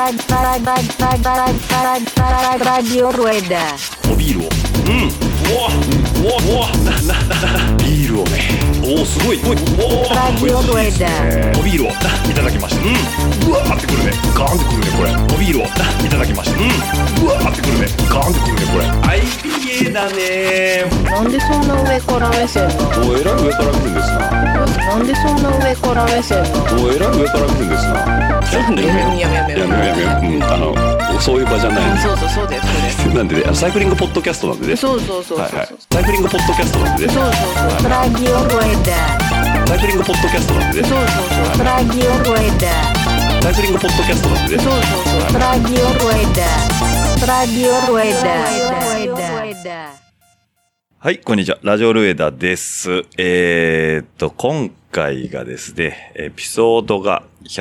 Radio Rueda。 おビールを。ビールをね。おおすごい。 Radio Rueda。 おビールをいただきました。うわーってくるね。ガーンってくるねこれ。おビールをいただきました。うわーってくるね。ガーンってくるねこれ。IPA だね。 なんでそんな上から目線なの？ おえらい上から来るんですな。 なんでそんな上から目線なの？ おえらい上から来るんですな。 やめよう。そういう場じゃない。 そうだよそれ。 なんでね、サイクリングポッドキャストなんでね。 そう。 はいはい。サイクリングポッドキャストなんでね。 そう。 Radio Rueda。 サイクリングポッドキャストなんでね。 そう。 Radio Rueda。 サイクリングポッドキャストなんでね。 そう。 Radio Rueda。Radio Rueda。 はい、こんにちは。ラジオルエダです。今回がですね、エピソードが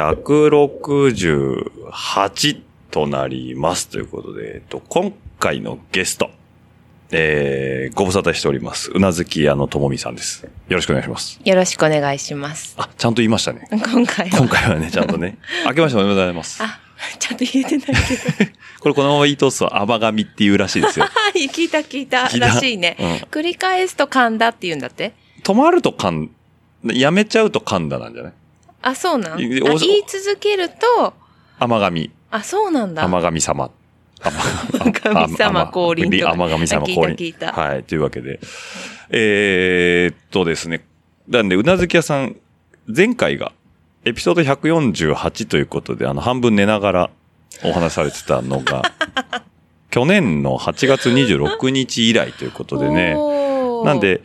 168となりますということで、今回のゲスト、ご無沙汰しております。うなずき屋のともみさんです。よろしくお願いします。 よろしくお願いします。 あ、ちゃんと言いましたね。 今回はね、ちゃんとね。明けましておめでとうございます。 あ、ちゃんと言えてないけど。 これこのまま言い通すと、甘噛みっていうらしいですよ。 聞いたらしいね。繰り返すと噛んだって言うんだって。 止まると噛ん、やめちゃうと噛んだなんじゃない？ あ、そうなん？言い続けると、 甘噛み。 あ、そうなんだ。 甘神様。 甘神様降臨とか。 甘神様降臨。 聞いた。 はい。というわけで。ですね。なんで、うなずき屋さん、前回が、エピソード148ということで、半分寝ながらお話しされてたのが、去年の8月26日以来ということでね。なんで、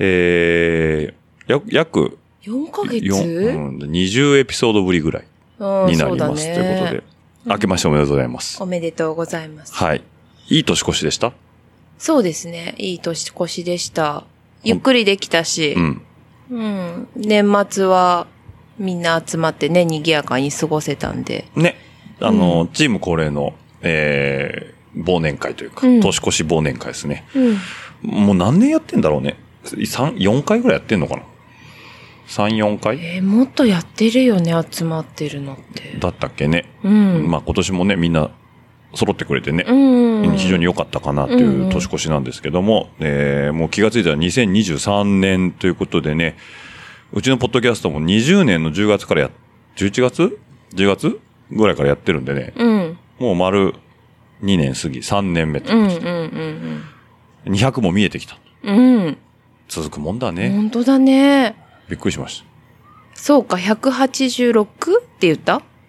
約、 4ヶ月 20エピソードぶりぐらいになります、ということで。明けましておめでとうございます。 おめでとうございます。 はい。いい年越しでした？ そうですね。いい年越しでした。ゆっくりできたし、年末はみんな集まってね、賑やかに過ごせたんで。ね。 チーム恒例の、忘年会というか、年越し忘年会ですね。もう何年やってんだろうね。4回ぐらいやってんのかな？ 3、4回？ もっとやってるよね、集まってるのって。 だったっけね。まあ今年もね、みんな揃ってくれてね、非常に良かったかなという年越しなんですけども、もう気がついたら2023年ということでね、うちのポッドキャストも20年の10月から11月 ?10 月ぐらいからやってるんでね、もう丸2年過ぎ、3年目ということで、200も見えてきた。続くもんだね。 本当だね。 びっくりしました。 そうか、186って言った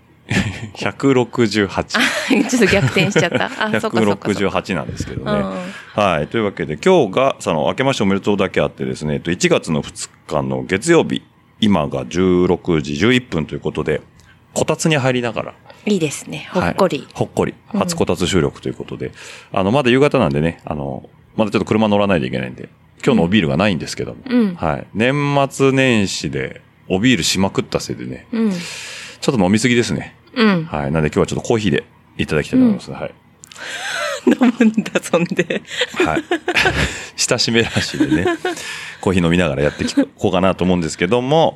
?168。 ちょっと逆転しちゃった。 168なんですけどね。はい。というわけで、今日が、明けましておめでとうだけあってですね、1月の2日の月曜日、今が16時11分ということで、こたつに入りながら。 いいですね。ほっこり。 ほっこり。初こたつ収録ということで、まだ夕方なんでね、まだちょっと車乗らないといけないんで、今日のおビールがないんですけども、はい。年末年始でおビールしまくったせいでね、ちょっと飲みすぎですね。はい。なんで今日はちょっとコーヒーでいただきたいと思います。はい。 飲むんだ、そんで。 はい。親しめらしいでね、コーヒー飲みながらやっていこうかなと思うんですけども、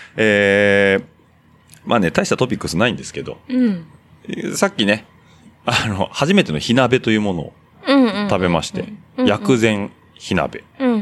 まあね、大したトピックスないんですけど、さっきね、初めての火鍋というものを食べまして、薬膳火鍋。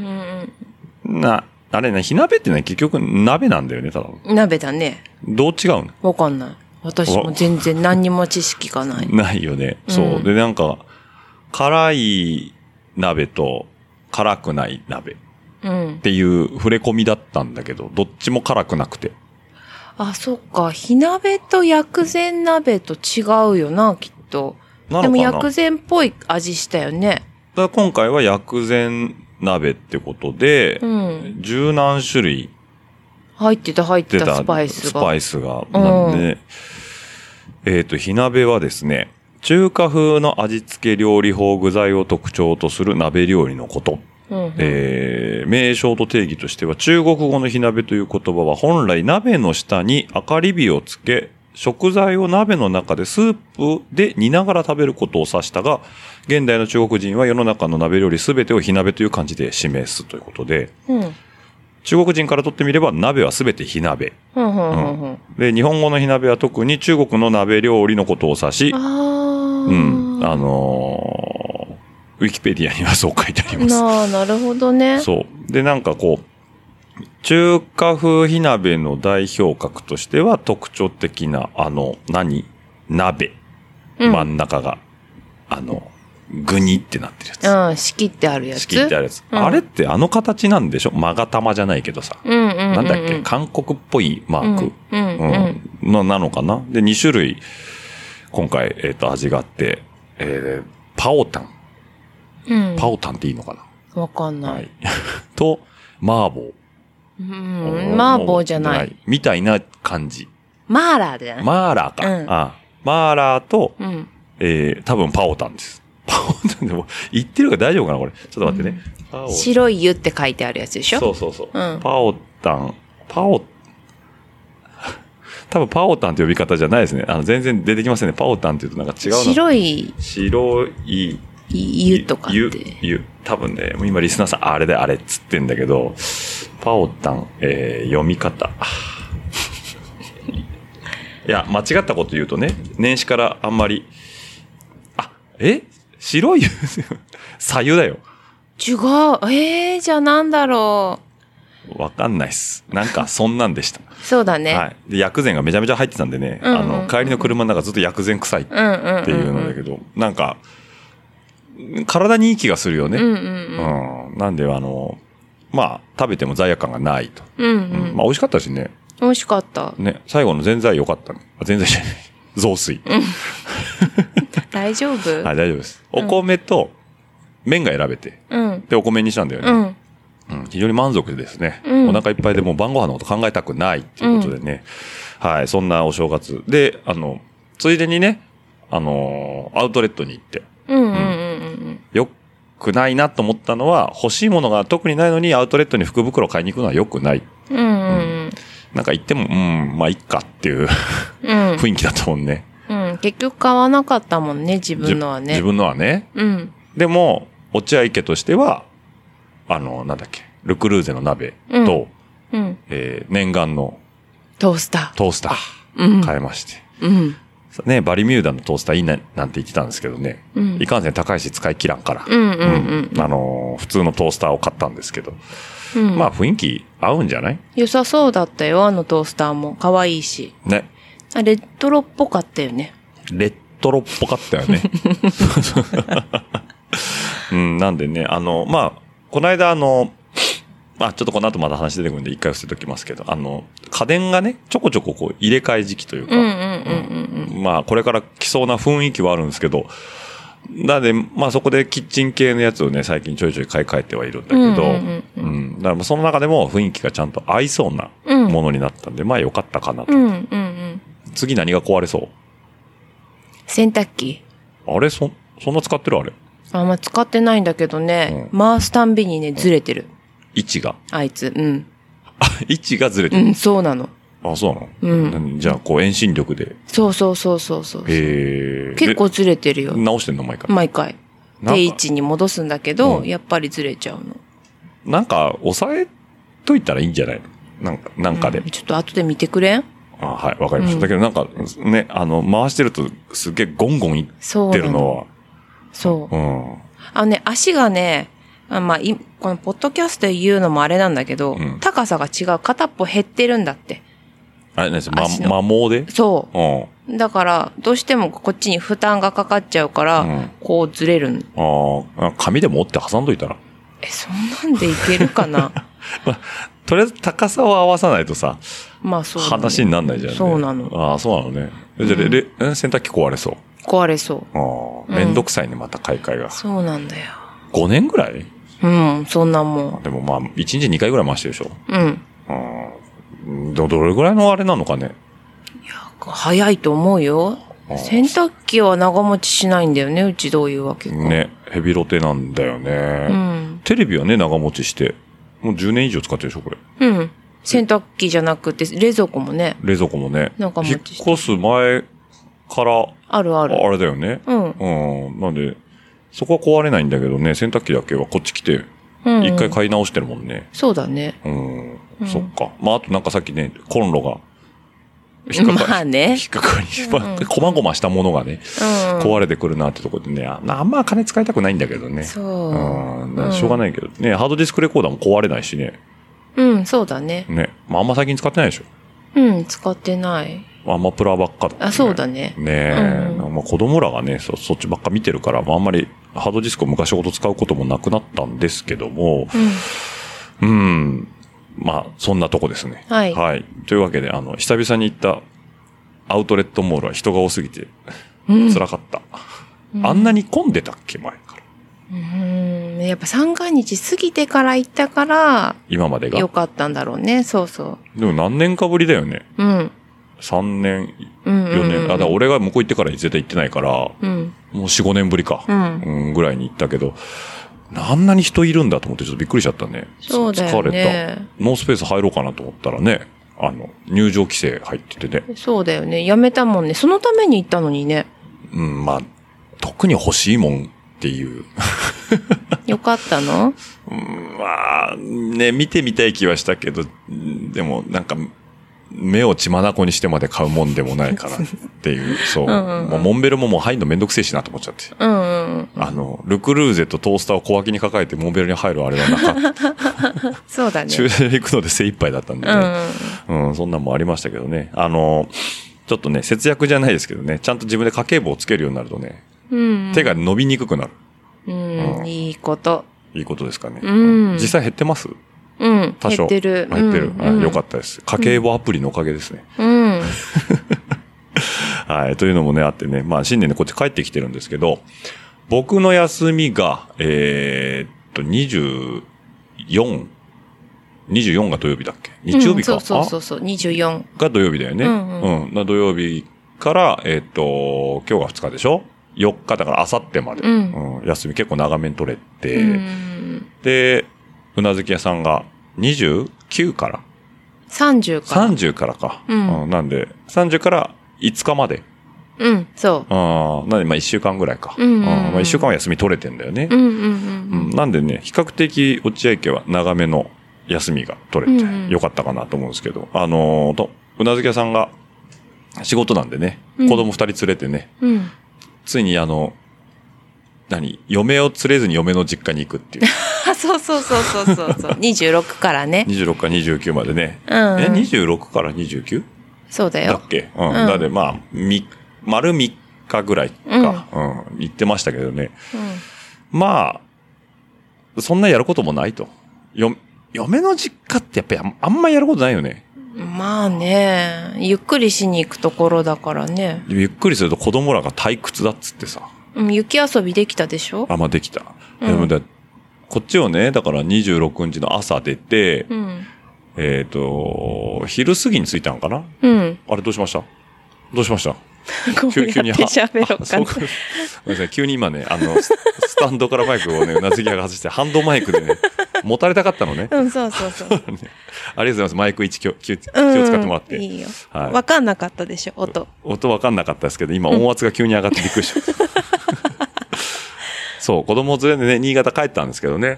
あれね、火鍋ってね、結局鍋なんだよね、ただの。 鍋だね。 どう違うの？ わかんない。私も全然何にも知識がない。 ないよね。そう。で、なんか、辛い鍋と辛くない鍋っていう触れ込みだったんだけど、どっちも辛くなくて。 あ、そっか。火鍋と薬膳鍋と違うよな、きっと。でも薬膳っぽい味したよね。 だから今回は薬膳鍋ってことで、十何種類入ってたスパイスが。 なんで、火鍋はですね、中華風の味付け料理法具材を特徴とする鍋料理のこと。名称と定義としては、中国語の火鍋という言葉は本来鍋の下に明かり火をつけ、食材を鍋の中でスープで煮ながら食べることを指したが、現代の中国人は世の中の鍋料理すべてを火鍋という漢字で示すということで、 中国人からとってみれば鍋はすべて火鍋。で、日本語の火鍋は特に中国の鍋料理のことを指し、ウィキペディアにはそう書いてあります。 なるほどね。 そう。で、なんかこう、中華風火鍋の代表格としては特徴的な、鍋。真ん中が、具にってなってるやつ。 仕切ってあるやつ。 仕切ってあるやつ。あれってあの形なんでしょ？勾玉じゃないけどさ。なんだっけ？韓国っぽいマーク。なのかな？で、2種類、今回、味があって、パオタン。パオタンっていいのかな？ わかんない。 と、麻婆。 麻婆じゃない。 みたいな感じ。 マーラーだよね。 マーラーか。マーラーと、多分パオタンです。パオタンでも、言ってるから大丈夫かなこれ。ちょっと待ってね。 白い湯って書いてあるやつでしょ？ そう。パオタン、多分パオタンって呼び方じゃないですね。全然出てきませんね。パオタンって言うとなんか違うな。白い湯とかって。 湯。多分ね、今リスナーさん、あれっつってんだけど、パオタン、読み方。いや、間違ったこと言うとね、年始からあんまり、白い湯左右だよ。 違う。じゃあなんだろう。わかんないっす。なんか、そんなんでした。 そうだね。 はい。で、薬膳がめちゃめちゃ入ってたんでね、帰りの車の中ずっと薬膳臭いっていうのだけど、なんか、体にいい気がするよね。なんで、まあ、食べても罪悪感がないと。まあ、美味しかったしね。 美味しかった。 ね、最後のぜんざい良かったね。ぜんざいじゃない。雑炊。 大丈夫？ はい、大丈夫です。お米と麺が選べて。で、お米にしたんだよね。非常に満足ですね。お腹いっぱいでもう晩ご飯のこと考えたくないっていうことでね。はい、そんなお正月。で、ついでにね、アウトレットに行って。よくないなと思ったのは、欲しいものが特にないのにアウトレットに福袋買いに行くのはよくない。なんか行っても、まあいっかっていう雰囲気だったもんね。 結局買わなかったもんね、自分のはね。 自分のはね。でも、落合家としては、なんだっけ、ルクルーゼの鍋と、念願のトースター。買いまして。ね、バリミューダのトースターいいねなんて言ってたんですけどね。いかんせん高いし使い切らんから。普通のトースターを買ったんですけど。まあ雰囲気合うんじゃない？ 良さそうだったよ、トースターも。可愛いし。 ね。 レトロっぽかったよね。 レトロっぽかったよね。なんでね、まあ、この間ちょっとこの後まだ話出てくるんで一回伏せときますけど、家電がね、ちょこちょここう入れ替え時期というか、まあこれから来そうな雰囲気はあるんですけど、なので、まあそこでキッチン系のやつをね、最近ちょいちょい買い替えてはいるんだけど、だからその中でも雰囲気がちゃんと合いそうなものになったんで、まあ良かったかなと。次何が壊れそう？ 洗濯機。 あれそんな使ってるあれ？ まあ使ってないんだけどね、回すたんびにね、ずれてる。 位置が？ あいつ、 位置がずれてる？ そうなの。 あ、そうなの？じゃあ、こう遠心力で。 そう。結構ずれてるよ。 直してんの毎回？ 毎回。定位置に戻すんだけど、やっぱりずれちゃうの。 なんか、押さえといたらいいんじゃないの？なんかで。 ちょっと後で見てくれん？ はい、わかりました。だけどなんか、ね、回してるとすげえゴンゴンいってるのは。 そう。足がね、このポッドキャストで言うのもあれなんだけど、高さが違う。片っぽ減ってるんだって。 あれ、摩耗で？ そう。だから、どうしてもこっちに負担がかかっちゃうから、こうずれるの。紙でも折って挟んどいたら？ そんなんでいけるかな？ とりあえず高さを合わさないとさ、 まあそう、ね。 話になんないじゃん、ね。 そうなの。 そうなのね。じゃあ、洗濯機壊れそう？ 壊れそう。 めんどくさいね、また買い替えが。 そうなんだよ。 5年ぐらい？ そんなもん。 でもまあ、1日2回ぐらい回してるでしょ？どれぐらいのあれなのかね？ いや、早いと思うよ。洗濯機は長持ちしないんだよね、うちどういうわけか。 ね、ヘビロテなんだよね。テレビはね、長持ちして、もう10年以上使ってるでしょ、これ。 洗濯機じゃなくて、冷蔵庫もね。 長持ちして。引っ越す前から、 ある。あれだよね。なんで、そこは壊れないんだけどね、洗濯機だけはこっち来て、 一回買い直してるもんね。 そうだね。 そっか。まあ、あとなんかさっきね、コンロが、 まあね。 引っかかり、こまごましたものがね、壊れてくるなってところでね、あんま金使いたくないんだけどね。 そう。 しょうがないけどね、ハードディスクレコーダーも壊れないしね。 そうだね。 ね。まあ、あんま最近使ってないでしょ。使ってない。 アマプラばっかだ、ね。 あ、そうだね。 ねえ。まあ、子供らがね、そっちばっか見てるから、まあ、あんまりハードディスクを昔ほど使うこともなくなったんですけども、まあ、そんなとこですね。 はい。 はい。というわけで、久々に行ったアウトレットモールは人が多すぎて、辛かった。あんなに混んでたっけ、前から。 やっぱ三が日過ぎてから行ったから、 今までが。 よかったんだろうね。そうそう。 でも何年かぶりだよね。3年、4年。だから俺が向こう行ってから絶対行ってないから、もう4、5年ぶりか。ぐらいに行ったけど、あんなに人いるんだと思ってちょっとびっくりしちゃったね。 そうだよね。 疲れた。ノースペース入ろうかなと思ったらね、入場規制入っててね。 そうだよね。やめたもんね。そのために行ったのにね。 まあ、特に欲しいもんっていう。 よかったの？ まあ、ね、見てみたい気はしたけど、でもなんか、目を血眼にしてまで買うもんでもないかなっていう、そう。もうモンベルももう入るのめんどくせえしなと思っちゃって。ルクルーゼとトースターを小脇に抱えてモンベルに入るあれはなかった。 そうだね。 駐車場行くので精一杯だったんでね。そんなんもありましたけどね。ちょっとね、節約じゃないですけどね、ちゃんと自分で家計簿をつけるようになるとね、手が伸びにくくなる。 いいこと。 いいことですかね。実際減ってます？多少。 減ってる。 減ってる。よかったです。家計簿アプリのおかげですね。はい。というのもね、あってね、まあ新年でこっち帰ってきてるんですけど、僕の休みが、24が土曜日だっけ？日曜日か。 そう、24。 が土曜日だよね。土曜日から、今日が2日でしょ？ 4 日だからあさってまで、休み結構長めに取れて、で、うなずき屋さんが29から ?30 から。 30からか。なんで、30から5日まで。 そう。 なんで、まあ1週間ぐらいか。まあ1週間は休み取れてんだよね。なんでね、比較的落合家は長めの休みが取れてよかったかなと思うんですけど、うなずき屋さんが仕事なんでね、子供2人連れてね、ついに嫁を連れずに嫁の実家に行くっていう。 そう。26からね。 26から29までね。26から 29？ そうだよ。 だっけ？だってまあ、丸3日ぐらいか、行ってましたけどね。まあ、そんなやることもないと。嫁の実家ってやっぱりあんまやることないよね。 まあね、ゆっくりしに行くところだからね。 ゆっくりすると子供らが退屈だっつってさ。 雪遊びできたでしょ？ まあできた。でもこっちをね、だから26日の朝出て、昼過ぎに着いたのかな？あれどうしました？急に喋ろうかな。 ごめんなさい、急に今ね、スタンドからマイクをね、うなずき屋が外して、ハンドマイクでね、持たれたかったのね。 そう。 ありがとうございます。マイク1気を使ってもらって。 いいよ。わかんなかったでしょ、音。 音わかんなかったですけど、今音圧が急に上がってびっくりした。そう、子供を連れてね、新潟帰ったんですけどね。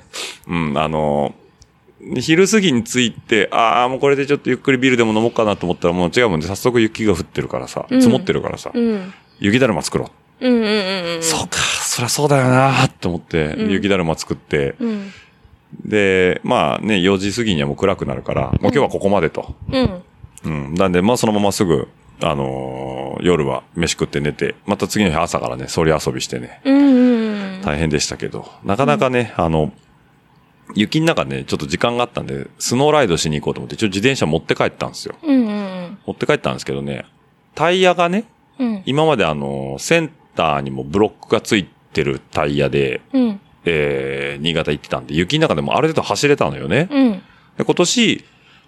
昼過ぎに着いて、もうこれでちょっとゆっくりビールでも飲もうかなと思ったらもう違うもんで、早速雪が降ってるからさ、積もってるからさ、雪だるま作ろう。そうか、そりゃそうだよなーって思って、雪だるま作って、で、まあね、4時過ぎにはもう暗くなるから、もう今日はここまでと。なんで、まあそのまますぐ、夜は飯食って寝て、また次の日朝からね、そり遊びしてね、大変でしたけど、なかなかね、雪の中ね、ちょっと時間があったんで、スノーライドしに行こうと思って、自転車持って帰ったんですよ。持って帰ったんですけどね、タイヤがね、今までセンターにもブロックがついてるタイヤで、新潟行ってたんで、雪の中でもある程度走れたのよね。で今年、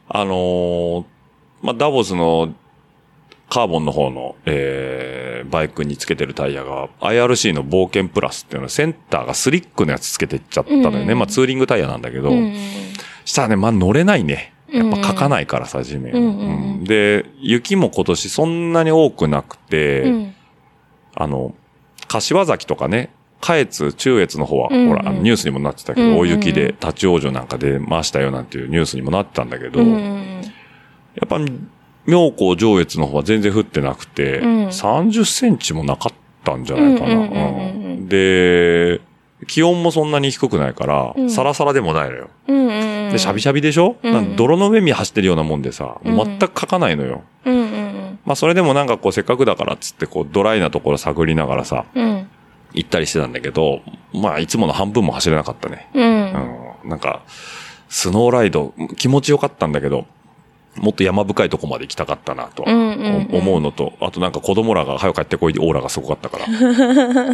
まあ、ダボスのカーボンの方の、バイクにつけてるタイヤが IRC の冒険プラスっていうのはセンターがスリックのやつつけてっちゃったのよね。まあツーリングタイヤなんだけど、したらね、まあ乗れないね。やっぱ書かないからさ、地面。で、雪も今年そんなに多くなくて、柏崎とかね、 下越、中越の方は、ほら、ニュースにもなってたけど、大雪で立ち往生なんか出ましたよなんていうニュースにもなってたんだけど、やっぱ、妙高上越の方は全然降ってなくて、30センチもなかったんじゃないかな。で、気温もそんなに低くないから、サラサラでもないのよ。で、シャビシャビでしょ、泥の上見走ってるようなもんでさ、全くかかないのよ。まあ、それでもなんかこう、せっかくだからっつって、こう、ドライなところ探りながらさ、行ったりしてたんだけど、まあ、いつもの半分も走れなかったね。なんか、スノーライド、気持ちよかったんだけど、もっと山深いとこまで行きたかったなと思うのと、あとなんか子供らが早く帰ってこいでオーラがすごかったから、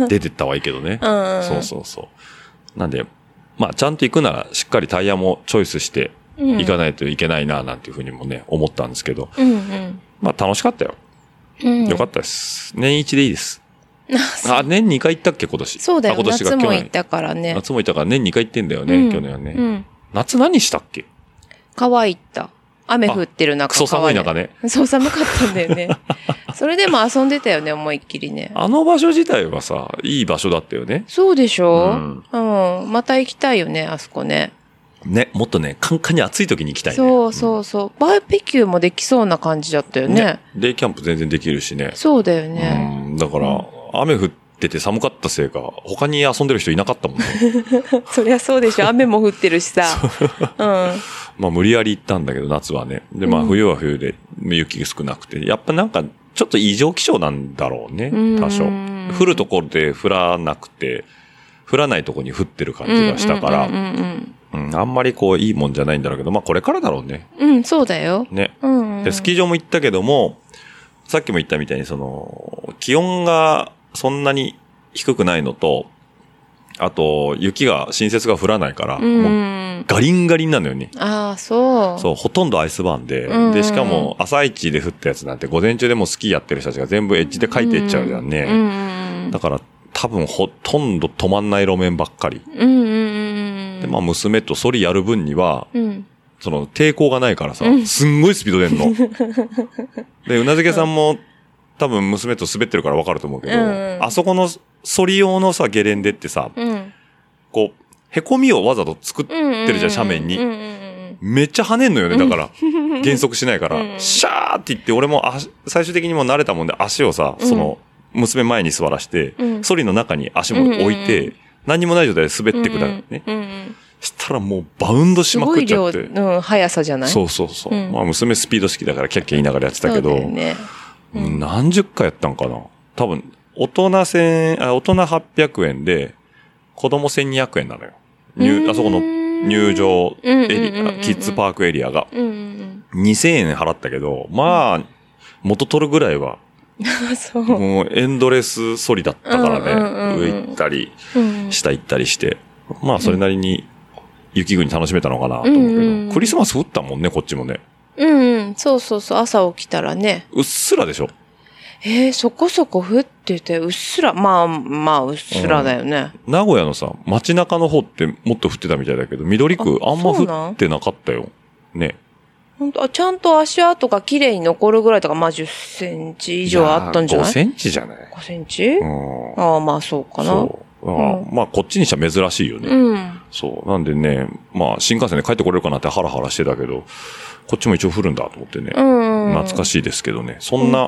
出てったはいいけどね。そうそうそう。なんで、まあちゃんと行くならしっかりタイヤもチョイスして行かないといけないななんていうふうにもね、思ったんですけど、まあ楽しかったよ。よかったです。年一でいいです。年2回行ったっけ今年。 そうだよ。 今年が夏も行ったからね。 夏も行ったから年2回行ってんだよね、去年はね。夏何したっけ？ 川行った。雨降ってる中。 クソ寒い中ね。 そう寒かったんだよね。それでも遊んでたよね、思いっきりね。 あの場所自体はさ、いい場所だったよね。 そうでしょ？また行きたいよね、あそこね。 ね、もっとね、カンカンに暑い時に行きたいね。 そうそうそう。バーベキューもできそうな感じだったよね。 デイキャンプ全然できるしね。 そうだよね。 だから、雨降ってて寒かったせいか、他に遊んでる人いなかったもんね。 そりゃそうでしょ。雨も降ってるしさ。 まあ無理やり行ったんだけど、夏はね。で、まあ冬は冬で雪が少なくて。やっぱなんか、ちょっと異常気象なんだろうね。多少。降るところで降らなくて、降らないところに降ってる感じがしたから、あんまりこういいもんじゃないんだろうけど、まあこれからだろうね。 そうだよ。 ね。で、スキー場も行ったけども、さっきも言ったみたいに気温がそんなに低くないのと、あと、新雪が降らないから、もうガリンガリンなのよね。 ああ、そう。 そう、ほとんどアイスバーンで、で、しかも朝一で降ったやつなんて午前中でもスキーやってる人たちが全部エッジで書いていっちゃうじゃんね。だから多分ほとんど止まんない路面ばっかり。で、まあ娘とソリやる分には、抵抗がないからさ、すんごいスピード出んの。で、うなずけさんも多分娘と滑ってるから分かると思うけど、あそこのソリ用のさ、ゲレンデってさ、こう、凹みをわざと作ってるじゃん、斜面に。めっちゃ跳ねんのよね、だから。減速しないから。シャーって言って、俺も最終的にも慣れたもんで足をさ、娘前に座らして、ソリの中に足も置いて、何もない状態で滑ってくだるね。したらもうバウンドしまくっちゃって。 速さじゃない？ そうそうそう。まあ娘スピード好きだからキャッキャ言いながらやってたけど、何十回やったんかな。多分、大人800円で、子供1200円なのよ。あそこの入場エリア、キッズパークエリアが。2000円払ったけど、まあ、元取るぐらいは、もうエンドレスソリだったからね。上行ったり、下行ったりして。まあ、それなりに雪国楽しめたのかなと思うけど、クリスマス降ったもんね、こっちもね。 そうそうそう、朝起きたらね。 うっすらでしょ？ そこそこ降ってて、うっすら、まあ、うっすらだよね。 名古屋のさ、街中の方ってもっと降ってたみたいだけど、緑区あんま降ってなかったよ。ね。 本当ちゃんと足跡が綺麗に残るぐらいとか、まあ10センチ以上あったんじゃない？ 5 センチじゃない？ 5 センチ？ああ、まあそうかな。 そう。まあこっちにしては珍しいよね。そう。なんでね、まあ新幹線で帰ってこれるかなってハラハラしてたけど、こっちも一応降るんだと思ってね。懐かしいですけどね。そんな、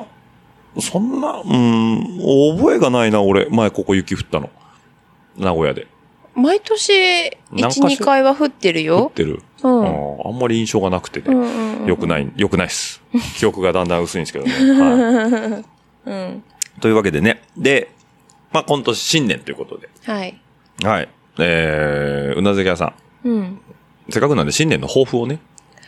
覚えがないな、俺。前ここ雪降ったの。名古屋で。 毎年、1、2回は降ってるよ。 降ってる。あんまり印象がなくてね。よくないっす。記憶がだんだん薄いんですけどね。というわけでね。で、まあ今年新年ということで。はい。はい。うなずけ屋さん。せっかくなんで新年の抱負をね。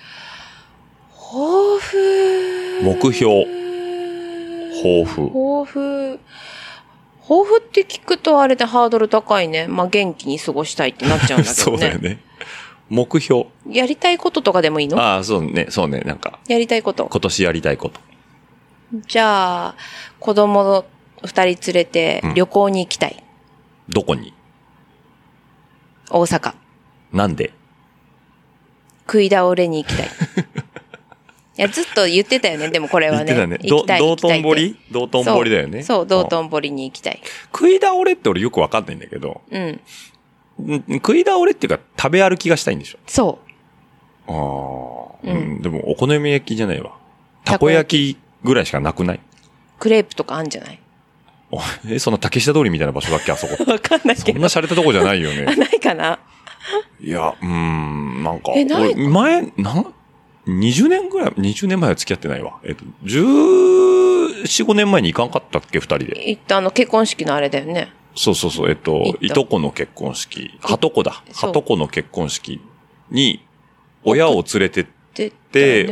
目標。抱負って聞くとあれでハードル高いね。まあ、元気に過ごしたいってなっちゃうんだけどね。そうだよね。目標。やりたいこととかでもいいの？ああ、そうね、なんか。やりたいこと。今年やりたいこと。じゃあ、子供2人連れて旅行に行きたい。どこに？大阪。なんで？食い倒れに行きたい。 や、ずっと言ってたよね、でもこれはね。 言ってたね。 行きたい道頓堀道頓堀だよね。 そう、道頓堀に行きたい。 食い倒れって俺よくわかんないんだけど。 うん。 食い倒れっていうか食べ歩きがしたいんでしょ？ そう。 うん。でもお好み焼きじゃないわ。たこ焼きぐらいしかなくない？ クレープとかあんじゃない？ そんな竹下通りみたいな場所だっけあそこ。 わかんないけど。 そんな洒落たとこじゃないよね。 ないかな？ いや、なんか。 ない前、20年ぐらい、20年前は付き合ってないわ。14、5年前に行かんかったっけ二人で。 行った結婚式のあれだよね。 そう。いとこの結婚式。はとこだ。はとこの結婚式に、親を連れてって、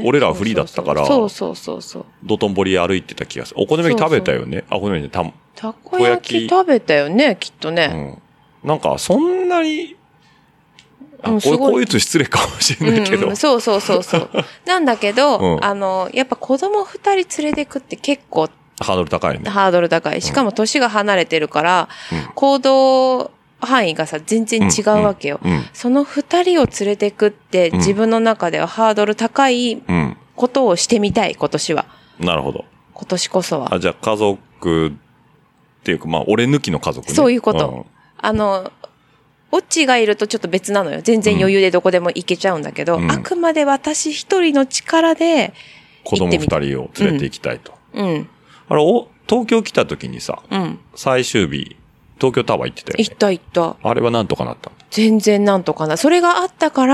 俺らはフリーだったから、 そう。 道頓堀歩いてた気がする。お好み焼き食べたよね。お好み焼きたこ焼き食べたよね、きっとね。 なんか、そんなに、こういうと失礼かもしれないけど。 そう。なんだけど、やっぱ子供2人連れてくって結構、 ハードル高いね。 ハードル高い。しかも年が離れてるから、行動範囲がさ、全然違うわけよ。その2人を連れてくって、自分の中ではハードル高いことをしてみたい、今年は。 なるほど。 今年こそは。 じゃあ家族っていうか、俺抜きの家族ね。 そういうこと。オッチがいるとちょっと別なのよ。全然余裕でどこでも行けちゃうんだけど、あくまで私一人の力で子供二人を連れて行きたいと。東京来た時にさ、最終日、東京タワー行ってたよね。 行った。 あれはなんとかなったんだ。 全然なんとかな。それがあったから、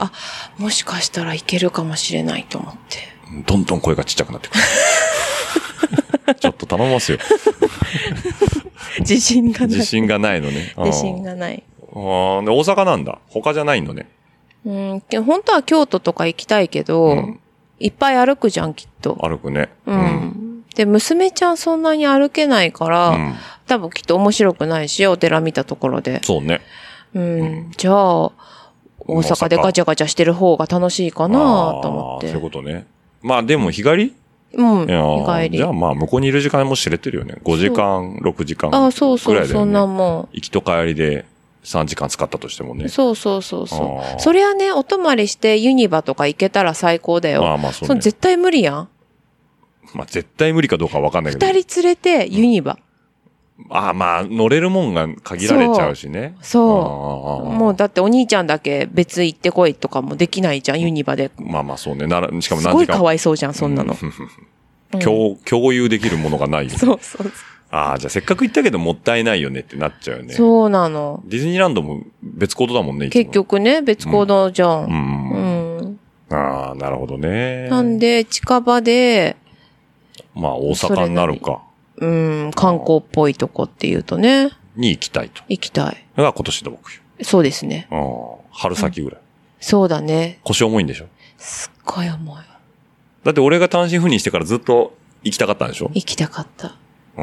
もしかしたらいけるかもしれないと思って。 どんどん声がちっちゃくなってくる。ちょっと頼みますよ。 自信がない。 自信がないのね。 自信がない。 で、大阪なんだ。他じゃないのね。 本当は京都とか行きたいけど、いっぱい歩くじゃん、きっと。 歩くね。 で、娘ちゃんそんなに歩けないから、多分きっと面白くないし、お寺見たところで。 そうね。 じゃあ、大阪でガチャガチャしてる方が楽しいかなと思って。 そういうことね。まあでも日帰り？ 日帰り。 じゃあまあ向こうにいる時間も知れてるよね。5時間、6時間ぐらいだよね。 そう、そんなもん。 行きと帰りで3時間使ったとしてもね。 そう。それはね、お泊まりしてユニバとか行けたら最高だよ。 まあそうね。 絶対無理やん。 まあ絶対無理かどうかわかんないけど。 2人連れてユニバ。 まあ乗れるもんが限られちゃうしね。 そう。もうだってお兄ちゃんだけ別行ってこいとかもできないじゃん、ユニバで。 まあそうね。しかも何時間。 すごいかわいそうじゃん、そんなの。 共有できるものがないよね。 そう。 じゃあせっかく行ったけどもったいないよねってなっちゃうよね。 そうなの。 ディズニーランドも別行動だもんね、 結局ね、別行動じゃん。 なるほどね。 なんで、近場で、 まあ、大阪になるか。 観光っぽいとこっていうとね。 に行きたいと。 行きたい。 が今年の目標。 そうですね。 春先ぐらい。そうだね。 腰重いんでしょ？ すっごい重い。 だって俺が単身赴任してからずっと行きたかったんでしょ？ 行きたかった。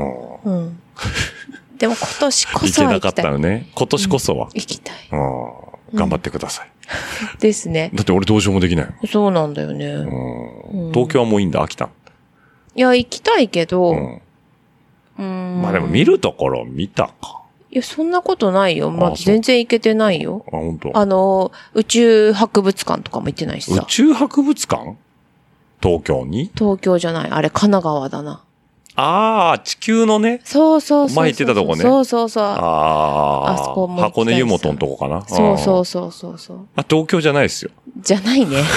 でも今年こそは行きたい。行けなかったよね。今年こそは。 行きたい。 頑張ってください。 ですね。 だって俺どうしようもできない。 そうなんだよね。 東京はもういいんだ、飽きた。 いや、行きたいけど、 まあでも見るところ見たか。 いや、そんなことないよ。まあ、全然行けてないよ。 本当。 宇宙博物館とかも行ってないしさ。 宇宙博物館？東京に？ 東京じゃない。あれ、神奈川だな。 地球のね。 そう。 前行ってたとこね。 そう。 あそこも。箱根湯本のとこかな。 そう。 東京じゃないですよ。 じゃないね。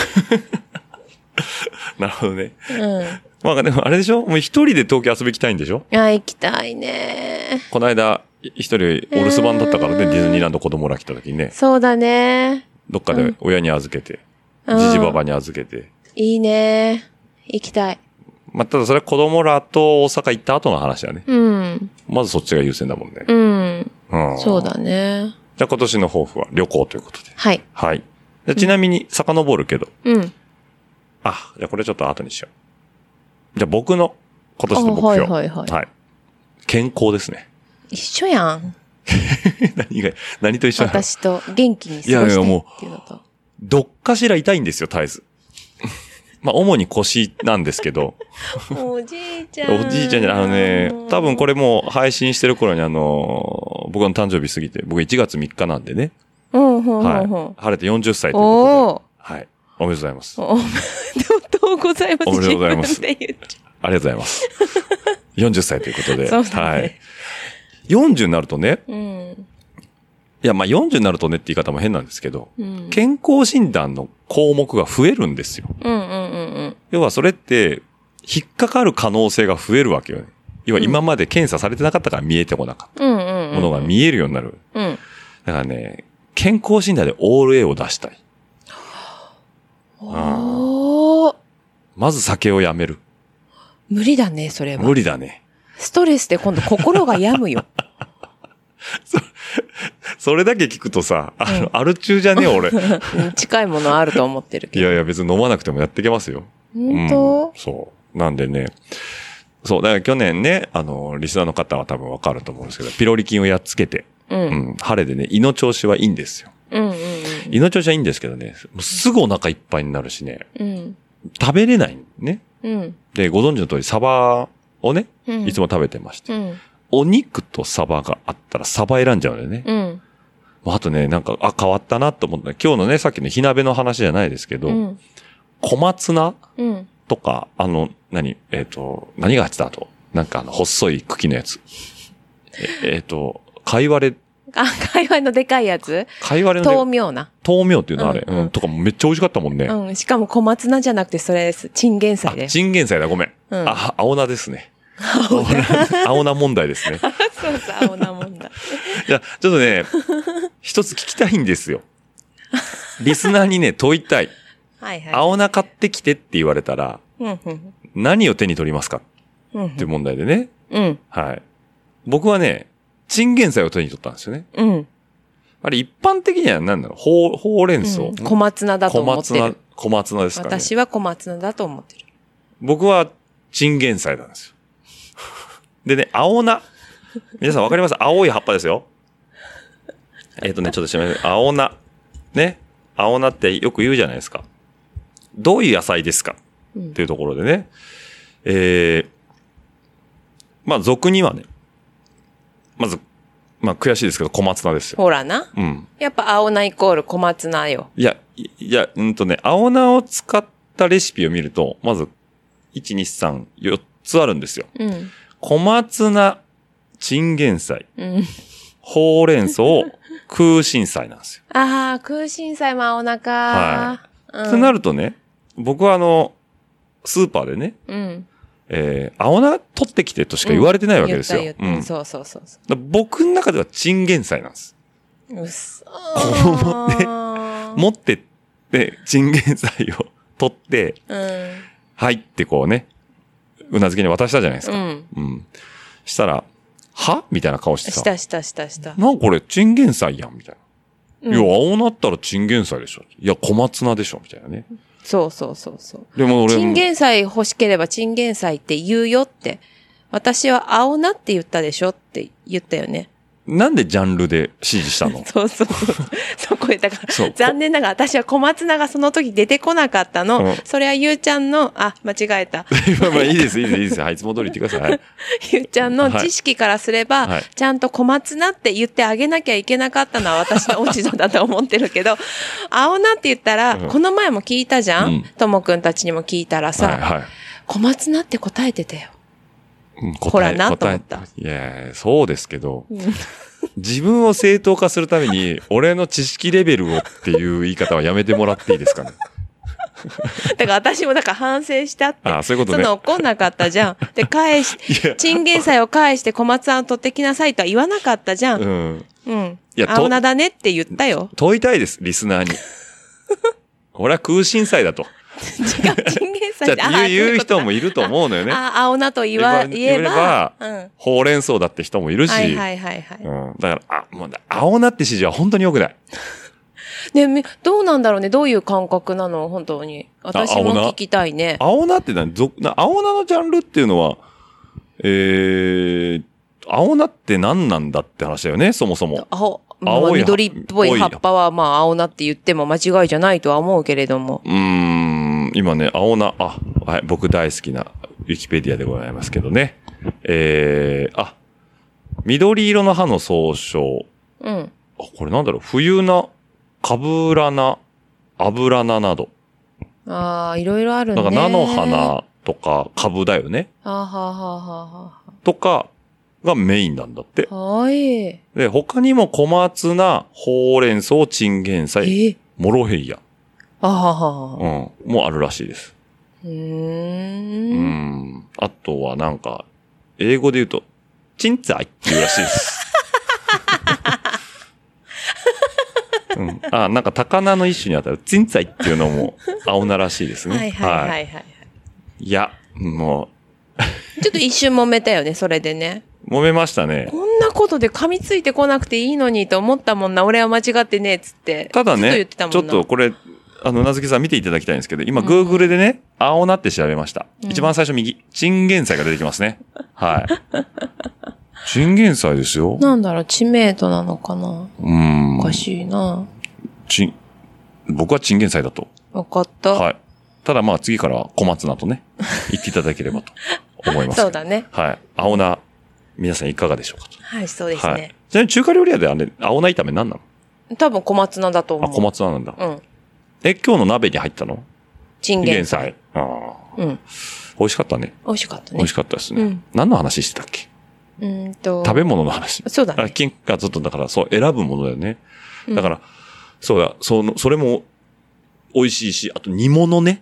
なるほどね。まあでもあれでしょ？もう一人で東京遊び行きたいんでしょ？ 行きたいね。 この間、一人お留守番だったからね、ディズニーランド子供ら来た時にね。 そうだね。 どっかで親に預けて、じじばばに預けて。 いいね。行きたい。 まあ、ただそれは子供らと大阪行った後の話だね。まずそっちが優先だもんね。 そうだね。 じゃあ今年の抱負は旅行ということで。 はい。 ちなみに遡るけど。じゃあこれちょっと後にしよう。じゃあ僕の今年の目標。はい。健康ですね。 一緒やん。 何と一緒なの？ 私と元気に過ごしてっていうのと。 どっかしら痛いんですよ、絶えず。まあ、主に腰なんですけど。 おじいちゃん。 おじいちゃんじゃない、多分これもう配信してる頃に僕の誕生日過ぎて、僕1月3日なんでね。晴れて40歳ということで。はい。おめでとうございます。 おめでとううございます。 おめでとうございます自分で言っちゃありがとうございます。40歳ということで。 そうだねはい。40になるとね、 う。うん。 いや、まあ、40になるとねって言い方も変なんですけど、 うん。 健康診断の項目が増えるんですよ。 うんうんうん要はそれって、引っかかる可能性が増えるわけよね。要は今まで検査されてなかったから見えてこなかったうん。うんうんうん。 ものが見えるようになる。 うん。 だからね、健康診断でオール A を出したい。 おー。 まず酒をやめる。 無理だね、それは。 無理だね。 ストレスで今度心が病むよ。 それだけ聞くとさ、アル中じゃねえ俺。 うん近いものあると思ってるけど。 いやいや別に飲まなくてもやっていけますよ。 本当、 うん、そう。なんでね。そう。だから去年ね、リスナーの方は多分わかると思うんですけど、ピロリ菌をやっつけて、晴れでね、胃の調子はいいんですよ。胃の調子はいいんですけどね、もうすぐお腹いっぱいになるしね、食べれないね。で、ご存知の通りサバをね、いつも食べてまして、お肉とサバがあったらサバ選んじゃうんだよね。あとね、なんか、変わったなと思った。今日のね、さっきの火鍋の話じゃないですけど、小松菜とか、何が入ってた後なんか細い茎のやつ。貝割れ。 あ、貝割れのでかいやつ貝割れの豆苗な。 豆苗っていうのあれ。とかもめっちゃ美味しかったもんね。 しかも小松菜じゃなくてそれです。チンゲン菜で。 チンゲン菜だ、ごめん。青菜ですね。青菜問題ですね。 そうそう、青菜問題。 じゃあ、ちょっとね、一つ聞きたいんですよ。リスナーにね、問いたい。 はいはい。 青菜買ってきてって言われたら、何を手に取りますかっていう問題でね。はい。僕はね、チンゲン菜を手に取ったんですよね。あれ一般的には何なの？ほうれん草、 小松菜だと思ってる。 小松菜ですかね。 私は小松菜だと思ってる。 僕はチンゲン菜なんですよ。でね、青菜。皆さんわかります？青い葉っぱですよ。ちょっとしまい青菜。ね。青菜ってよく言うじゃないですか。どういう野菜ですかっていうところでね。まあ、俗にはね、まず、まあ、悔しいですけど、小松菜ですよ。 ほらな。やっぱ青菜イコール小松菜よ。 いや、青菜を使ったレシピを見ると、まず、1、2、3、4つあるんですよ。小松菜、チンゲン菜、ほうれん草、空心菜なんですよ。 ああ、空心菜も青菜か。 はい。ってなるとね、僕はスーパーでね、青菜取ってきてとしか言われてないわけですよ。 言ったそうそうそう。 僕の中ではチンゲン菜なんです。 うっそー。持ってって、チンゲン菜を取って、はいってこうね、うなずきに渡したじゃないですか。したら、はみたいな顔してさ。 した。 なんかこれ、チンゲン菜やんみたいな。いや、青菜ったらチンゲン菜でしょ。いや、小松菜でしょみたいなね。 そう。 でも俺チンゲン菜欲しければチンゲン菜って言うよって。私は青菜って言ったでしょって言ったよね。 なんでジャンルで指示したの？ そう。そこで、だから、残念ながら私は小松菜がその時出てこなかったの。それはゆうちゃんの、間違えた。 まあいいです。はい、いつも通り言ってください。はい、 ゆうちゃんの知識からすれば、ちゃんと小松菜って言ってあげなきゃいけなかったのは私の落ち度だと思ってるけど、青菜って言ったら、この前も聞いたじゃん？ともくんたちにも聞いたらさ、小松菜って答えてたよ。ほらなと思った。 いや、そうですけど、自分を正当化するために、俺の知識レベルをっていう言い方はやめてもらっていいですかね。 だから私も反省したって。 そういうことね。 怒んなかったじゃん。で、チンゲン菜を返して小松菜を取ってきなさいとは言わなかったじゃん。いや、青菜だねって言ったよ。 問いたいです、リスナーに。俺は空心菜だと。 違う、チンゲン菜って言う人もいると思うのよね。 青菜と言えば、 ほうれん草だって人もいるし。 はい。 だから、もう青菜って指示は本当に良くない。 ね、どうなんだろうね。どういう感覚なの本当に。私も聞きたいね。 青菜って青菜のジャンルっていうのは、青菜って何なんだって話だよね、そもそも。 緑っぽい葉っぱは青菜って言っても間違いじゃないとは思うけれども。 今ね、青菜、はい、僕大好きなウィキペディアでございますけどね。緑色の葉の総称。これなんだろう、冬菜、かぶら菜、油菜など。 ああ、いろいろあるね。 なんか菜の花とか株だよね。とかがメインなんだって。 はい。 で、他にも小松菜、ほうれん草、チンゲン菜、モロヘイヤ。うん。もあるらしいです。あとはなんか、英語で言うと、チンツァイっていうらしいです。なんか高菜の一種にあたるチンツァイっていうのも青菜らしいですね。はい。いや、もう。ちょっと一瞬揉めたよね、それでね。 揉めましたね。 こんなことで噛みついてこなくていいのにと思ったもんな。俺は間違ってね、つって。 ただね、ちょっとこれ、なずきさん見ていただきたいんですけど、今、Google でね、青菜って調べました。一番最初右、チンゲン菜が出てきますね。はい。チンゲン菜ですよ。 なんだろう、知名度なのかな。おかしいな。 僕はチンゲン菜だと。 わかった。 はい。ただまあ次から小松菜とね、言っていただければと思います。 そうだね。 はい。青菜、皆さんいかがでしょうかと。 はい、そうですね。はい、 ちなみに中華料理屋で青菜炒め何なの？ 多分小松菜だと思う。 小松菜なんだ。 うん。 今日の鍋に入ったの？ チンゲン菜。 うん。美味しかったね。 美味しかったね。 美味しかったですね。何の話してたっけ？食べ物の話。 そうだね。 金がずっとだからそう選ぶものだよね。だから、そうだ、それも美味しいし、あと煮物ね。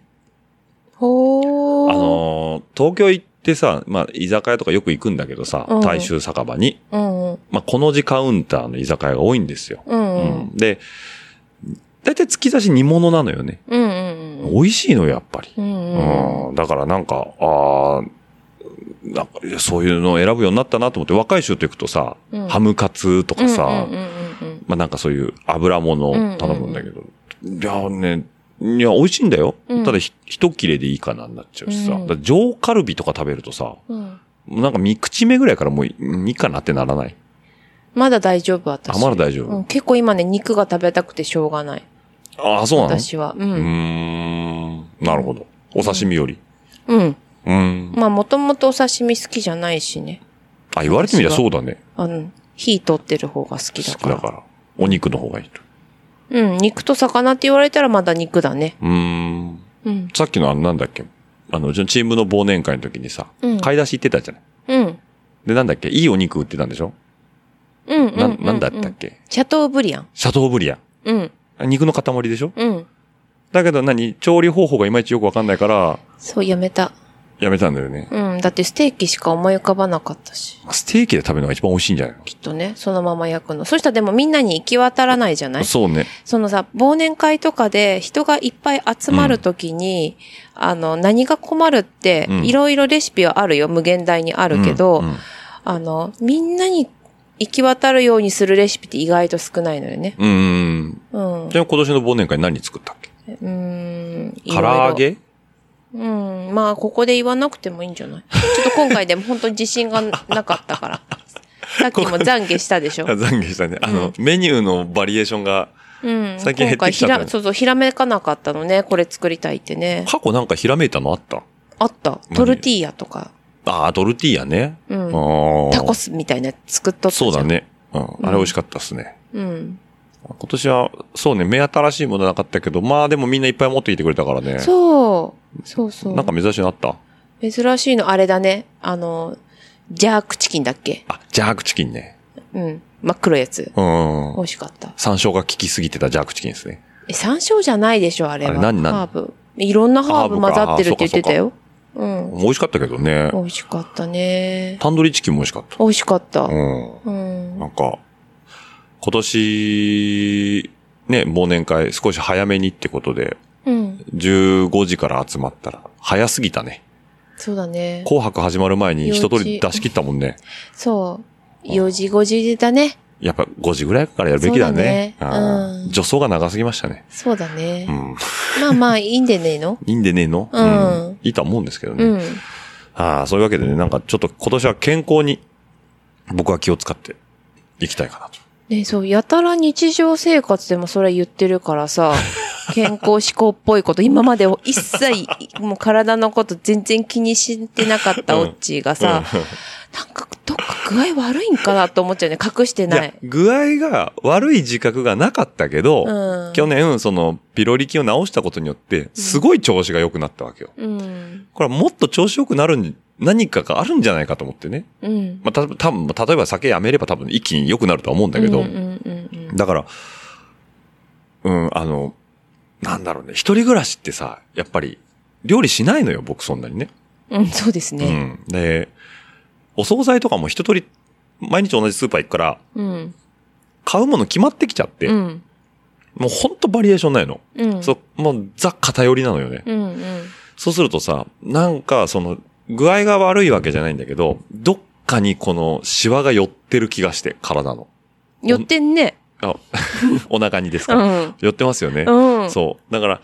東京行ってさ、まあ居酒屋とかよく行くんだけどさ、大衆酒場に。まあこの字カウンターの居酒屋が多いんですよ。で、だいたい突き出し煮物なのよね。美味しいのよ、やっぱり。だからなんか、なんかそういうのを選ぶようになったなと思って、若い人と行くとさ、ハムカツとかさ、まあなんかそういう油物を頼むんだけど、いやね、美味しいんだよ。ただ一切れでいいかなになっちゃうしさ、上カルビとか食べるとさ、なんか3口目ぐらいからもういいかなってならない？ まだ大丈夫、私。 まだ大丈夫。 結構今ね、肉が食べたくてしょうがない。 そうなの？ 私は。 なるほど。お刺身より。まあ、もともとお刺身好きじゃないしね。 言われてみりゃそうだね。 火通ってる方が好きだから。 好きだから。お肉の方がいいと。 肉と魚って言われたらまだ肉だね。 さっきのなんだっけ？うちのチームの忘年会の時にさ、買い出し行ってたじゃない。で、なんだっけ？いいお肉売ってたんでしょ？なんだったっけ？ シャトーブリアン。 シャトーブリアン。肉の塊でしょ？だけど調理方法がいまいちよくわかんないから。 そう、やめたんだよね。 だってステーキしか思い浮かばなかったし。 ステーキで食べるのが一番美味しいんじゃないの？ きっとね、そのまま焼くの。そしたらでもみんなに行き渡らないじゃない？ そうね。 そのさ、忘年会とかで人がいっぱい集まるときに、何が困るって、いろいろレシピはあるよ。無限大にあるけど、みんなに行き渡るようにするレシピって意外と少ないのよね。 じゃあ今年の忘年会何作ったっけ？唐揚げ？ まあ、ここで言わなくてもいいんじゃない？ちょっと今回でも本当に自信がなかったから。さっきも懺悔したでしょ？ 懺悔したね。メニューのバリエーションが、最近減ってきちゃった、ね。 そう、ひらめかなかったのね。これ作りたいってね。 過去なんかひらめいたのあった？ あった。トルティーヤとか。 トルティーヤね。 タコスみたいなやつ作っとったじゃん。 そうだね。あれ美味しかったっすね。今年は、そうね、目新しいものなかったけど、まあでもみんないっぱい持ってきてくれたからね。 そう。 なんか珍しいのあった？珍しいの、あれだね。ジャークチキンだっけ？ ジャークチキンね。 真っ黒いやつ。美味しかった。 山椒が効きすぎてたジャークチキンですね。 山椒じゃないでしょ、あれは。 ハーブ。いろんなハーブ混ざってるって言ってたよ。 美味しかったけどね。 美味しかったね。 タンドリーチキンも美味しかった。 美味しかった。 なんか、今年、ね、忘年会少し早めにってことで、15時から集まったら、早すぎたね。 そうだね。 紅白始まる前に一通り出し切ったもんね。 そう。4時5時だね。 やっぱ5時ぐらいからやるべきだね。助走が長すぎましたね。 そうだね。まあ、いいんでねえの？ いいんでねえの？いいとは思うんですけどね。そういうわけでね、なんかちょっと今年は健康に僕は気を使っていきたいかなと。 ね、そう、やたら日常生活でもそれ言ってるからさ、健康志向っぽいこと、今まで一切、もう体のこと全然気にしてなかったオッチーがさ、なんかどっか具合悪いんかなと思っちゃうね。隠してない。 いや、具合が悪い自覚がなかったけど、去年、ピロリ菌を治したことによって、すごい調子が良くなったわけよ。これはもっと調子良くなる何かがあるんじゃないかと思ってね。まあ、多分例えば酒やめれば多分一気に良くなるとは思うんだけど、だから、なんだろうね。一人暮らしってさ、やっぱり、料理しないのよ、僕そんなにね。 そうですね。 で、お惣菜とかも一通り、毎日同じスーパー行くから、買うもの決まってきちゃって、もうほんとバリエーションないの。もうザ偏りなのよね。そうするとさ、なんか具合が悪いわけじゃないんだけど、どっかにこのシワが寄ってる気がして、体の。 寄ってんね。 お腹にですか、寄ってますよね。そう。だから、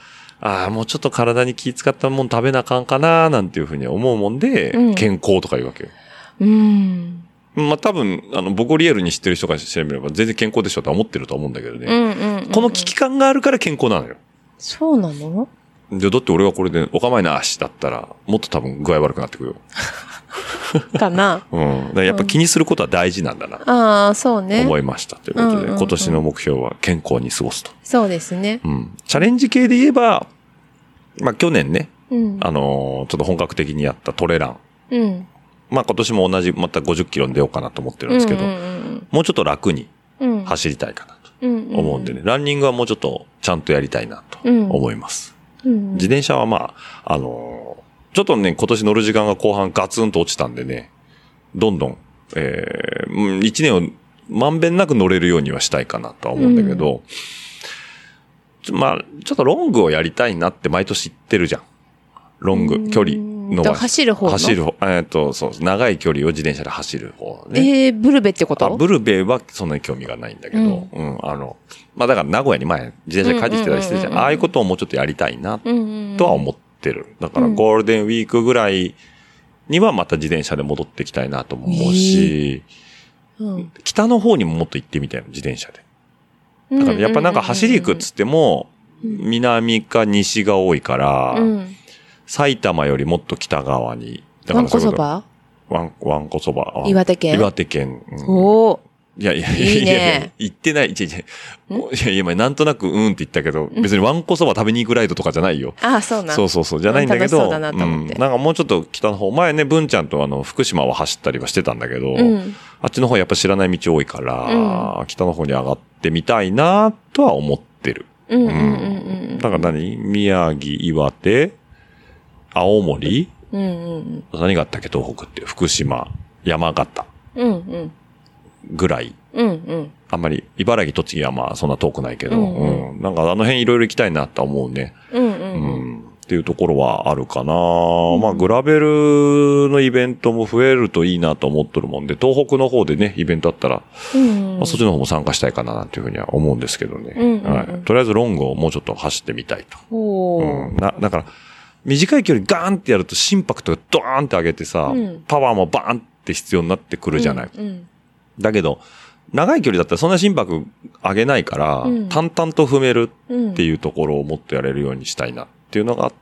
もうちょっと体に気使ったもん食べなあかんかななんていうふうに思うもんで、健康とか言うわけよ。まあ、多分、ボゴリエルに知ってる人が知れば全然健康でしょとは思ってると思うんだけどね。この危機感があるから健康なのよ。 そうなの？ で、だって俺はこれでお構いなしだったら、もっと多分具合悪くなってくるよ。 かな。 だからやっぱ気にすることは大事なんだな。 そうね。 思いました。ということで、今年の目標は健康に過ごすと。 そうですね。 チャレンジ系で言えば、まあ去年ね、ちょっと本格的にやったトレラン。まあ今年も同じ、また50キロに出ようかなと思ってるんですけど、もうちょっと楽に走りたいかなと思うんでね、ランニングはもうちょっとちゃんとやりたいなと思います。自転車はまあ、ちょっとね、今年乗る時間が後半ガツンと落ちたんでね、どんどん、1年をまんべんなく乗れるようにはしたいかなとは思うんだけど、まあ、ちょっとロングをやりたいなって毎年言ってるじゃん。ロング、距離伸ばし。 走る方のそう、長い距離を自転車で走る方ね。 ブルベってこと？ ブルベはそんなに興味がないんだけど、まあだから名古屋に前、自転車で帰ってきてたりしてるじゃん。ああいうことをもうちょっとやりたいな、とは思ってる。だからゴールデンウィークぐらいにはまた自転車で戻ってきたいなとも思うし、北の方にももっと行ってみたいの、自転車で。だからやっぱなんか走り行くっつっても、南か西が多いから、埼玉よりもっと北側に。 わんこそば？ わんこそば。 岩手県？ 岩手県。いや、言ってない。いや、なんとなくって言ったけど、別にわんこそば食べに行くライドとかじゃないよ。 そうなん。 そう、じゃないんだけど、 楽しそうだなと思って。 なんかもうちょっと北の方、前ね、文ちゃんと福島は走ったりはしてたんだけど、あっちの方やっぱ知らない道多いから、北の方に上がってみたいなとは思ってる。だから宮城、岩手、青森、何があったっけ、東北って、福島、山形。ぐらい。あんまり、茨城、栃木はまあそんな遠くないけど、なんかあの辺いろいろ行きたいなと思うね。っていうところはあるかな。まあグラベルのイベントも増えるといいなと思っとるもんで、東北の方でね、イベントあったら、まあ、そっちの方も参加したいかななんていうふうには思うんですけどね。とりあえずロングをもうちょっと走ってみたいと。だから、短い距離ガーンってやると心拍とかドーンって上げてさ、パワーもバーンって必要になってくるじゃない。だけど、長い距離だったらそんな心拍上げないから、淡々と踏めるっていうところをもっとやれるようにしたいなっていうのがあって、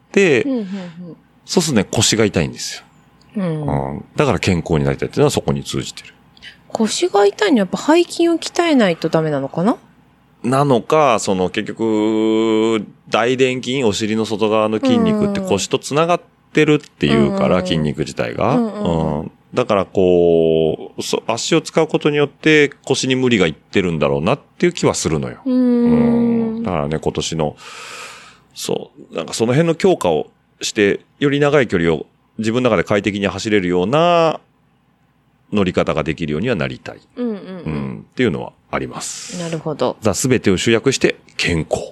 そうするとね、腰が痛いんですよ。だから健康になりたいっていうのはそこに通じてる。 腰が痛いのはやっぱ背筋を鍛えないとダメなのかな？ なのか、結局、大臀筋、お尻の外側の筋肉って腰と繋がってるっていうから、筋肉自体が。だから足を使うことによって腰に無理がいってるんだろうなっていう気はするのよ。だからね、今年の、なんかその辺の強化をして、より長い距離を自分の中で快適に走れるような乗り方ができるようにはなりたい。っていうのはあります。 なるほど。 すべてを集約して健康。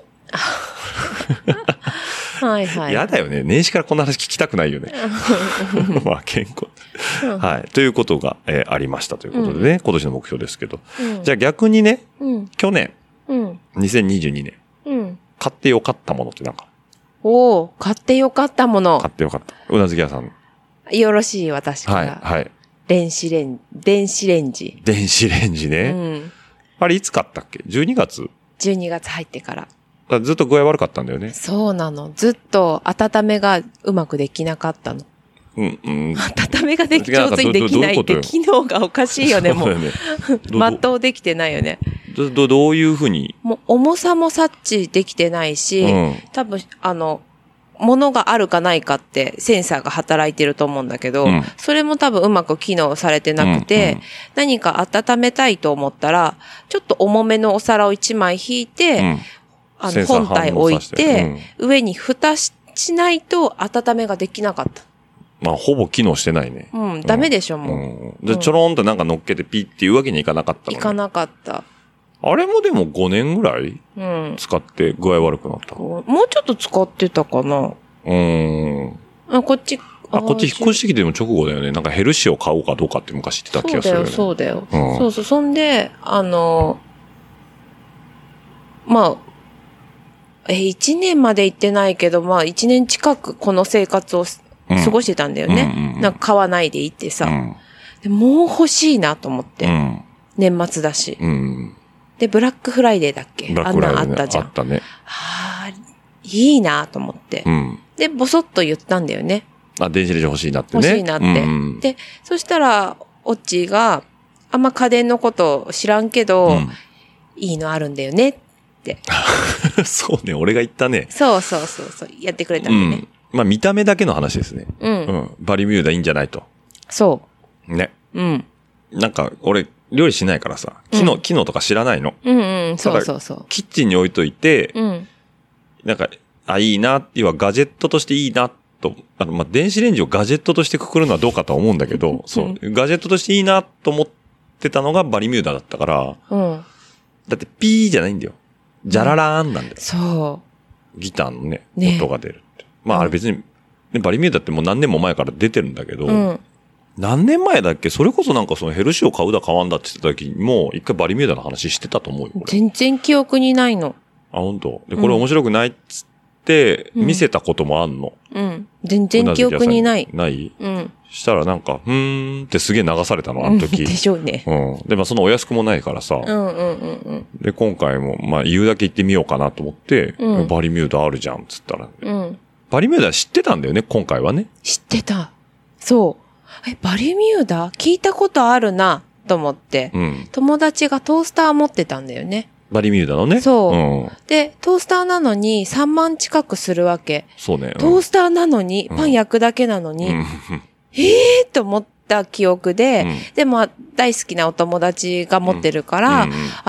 はいはい。 やだよね。年始からこんな話聞きたくないよね。まあ健康。はい。ということが、ありましたということでね、今年の目標ですけど。じゃあ逆にね、去年、2022年、買ってよかったものってなんか。 買ってよかったもの。 買ってよかった。うなずき屋さん。 よろしい、私から。 はい。 電子レンジ。 電子レンジね。あれいつ買ったっけ ?12 月 ?12 月入ってから。 ずっと具合悪かったんだよね。 そうなの。ずっと温めがうまくできなかったの。 温めが上手にできないって機能がおかしいよね、もう。全うできてないよね。 どういうふうに？ もう重さも察知できてないし、多分、物があるかないかってセンサーが働いてると思うんだけど、それも多分うまく機能されてなくて、何か温めたいと思ったら、ちょっと重めのお皿を1枚引いて、本体置いて、上に蓋しないと温めができなかった。 まあ、ほぼ機能してないね。 ダメでしょ、もう。で、ちょろんとなんか乗っけてピッっていうわけにいかなかったのね。 いかなかった。 あれもでも5年ぐらい使って具合悪くなった。 もうちょっと使ってたかな。こっち引っ越してきても直後だよね。なんかヘルシオ買おうかどうかって昔言ってた気がするよね。 そうだよ。そうそう。そんで、まあ、1年まで行ってないけど、まあ1年近くこの生活を過ごしてたんだよね。なんか買わないで行ってさ。でもう欲しいなと思って。年末だし。で、ブラックフライデーだっけ？あんなんあったじゃん。 あったね。 いいなと思って。で、ボソッと言ったんだよね。 電子レンジ欲しいなってね。 欲しいなって。で、そしたら、オッチーが、あんま家電のこと知らんけど、いいのあるんだよねって。 そうね、俺が言ったね。 そう。やってくれたんだね。 まあ見た目だけの話ですね。バリミューダいいんじゃないと。 そう。 ね。なんか、俺、料理しないからさ、機能とか知らないの。 そう。 キッチンに置いといて、なんか、いいな、要はガジェットとしていいな、と、まあ、電子レンジをガジェットとしてくくるのはどうかとは思うんだけど、そう、ガジェットとしていいなと思ってたのがバリミューダだったから、だってピーじゃないんだよ。ジャララーンなんだよ。 そう。 ギターのね、音が出るって。まあ、あれ別に、バリミューダってもう何年も前から出てるんだけど、何年前だっけ？それこそなんかそのヘルシオ買うだ買わんだって言ってた時にもう一回バリミューダの話してたと思うよ。 全然記憶にないの。 本当。で、これ面白くないっつって見せたこともあんの。 全然記憶にない。 ない？したらなんか、ってすげえ流されたの、あの時。 でしょうね。 で、まあそのお安くもないからさ。で、今回も、まあ言うだけ言ってみようかなと思って、バリミューダあるじゃん、っつったら。バリミューダ知ってたんだよね、今回はね。 知ってた。そう。バリミューダ聞いたことあるな、と思って。友達がトースター持ってたんだよね。 バリミューダのね。 そう。で、トースターなのに3万近くするわけ。 そうね。 トースターなのに、パン焼くだけなのに、と思った記憶で、でも大好きなお友達が持ってるから、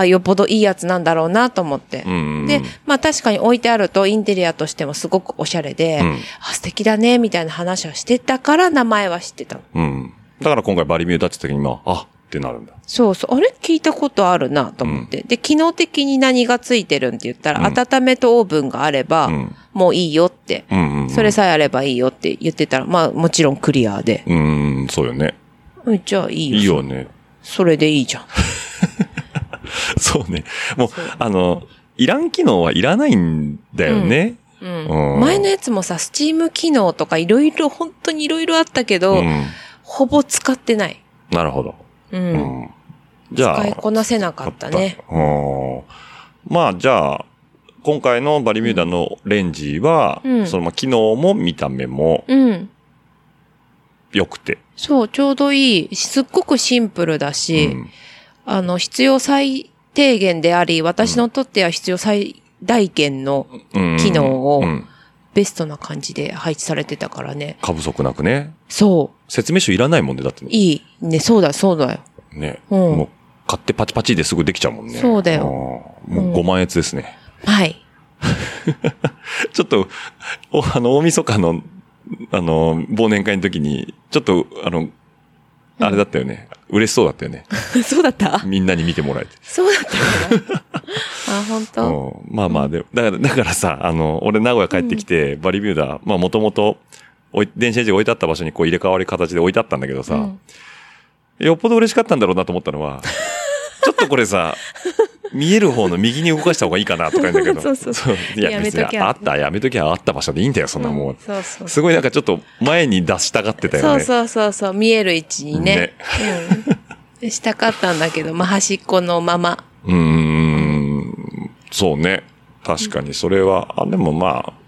よっぽどいいやつなんだろうなと思って。で、まあ確かに置いてあるとインテリアとしてもすごくおしゃれで、素敵だね、みたいな話はしてたから名前は知ってた。 だから今回バリミューダって時にってなるんだ。 そう。あれ聞いたことあるなと思って。で、機能的に何がついてるんって言ったら、温めとオーブンがあれば、もういいよって。それさえあればいいよって言ってたら、まあもちろんクリアで。 そうよね。 じゃあいいよ。 いいよね。 それでいいじゃん。 そうね。もう、いらん機能はいらないんだよね。 前のやつもさ、スチーム機能とか本当にいろいろあったけど、ほぼ使ってない。 なるほど。じゃあ。 使いこなせなかったね。 まあ、じゃあ、今回のバリミューダのレンジは、機能も見た目も、良くて。 そう、ちょうどいい。すっごくシンプルだし、必要最低限であり、私のとっては必要最大限の機能を、ベストな感じで配置されてたからね。 過不足なくね。 そう。 説明書いらないもんね、だってね。 いい。ね、そうだよ。 ね。もう、買ってパチパチですぐできちゃうもんね。 そうだよ。 もう5万円ですね。 はい。 ちょっと、大晦日の、忘年会の時に、ちょっと、あれだったよね。嬉しそうだったよね。 そうだった？ みんなに見てもらえて。 そうだった本当？ まあで、だからさ、俺名古屋帰ってきて、バリミューダ、まあもともと、電子レンジが置いてあった場所にこう入れ替わり形で置いてあったんだけどさ、よっぽど嬉しかったんだろうなと思ったのは、ちょっとこれさ、見える方の右に動かした方がいいかなとか言うんだけど。そう。いや、別にやめときゃあった場所でいいんだよ、そんなもん。すごいなんかちょっと前に出したがってたよね。 そう。見える位置にね。したかったんだけど、まあ端っこのまま。 そうね。確かにそれは、でもまあ、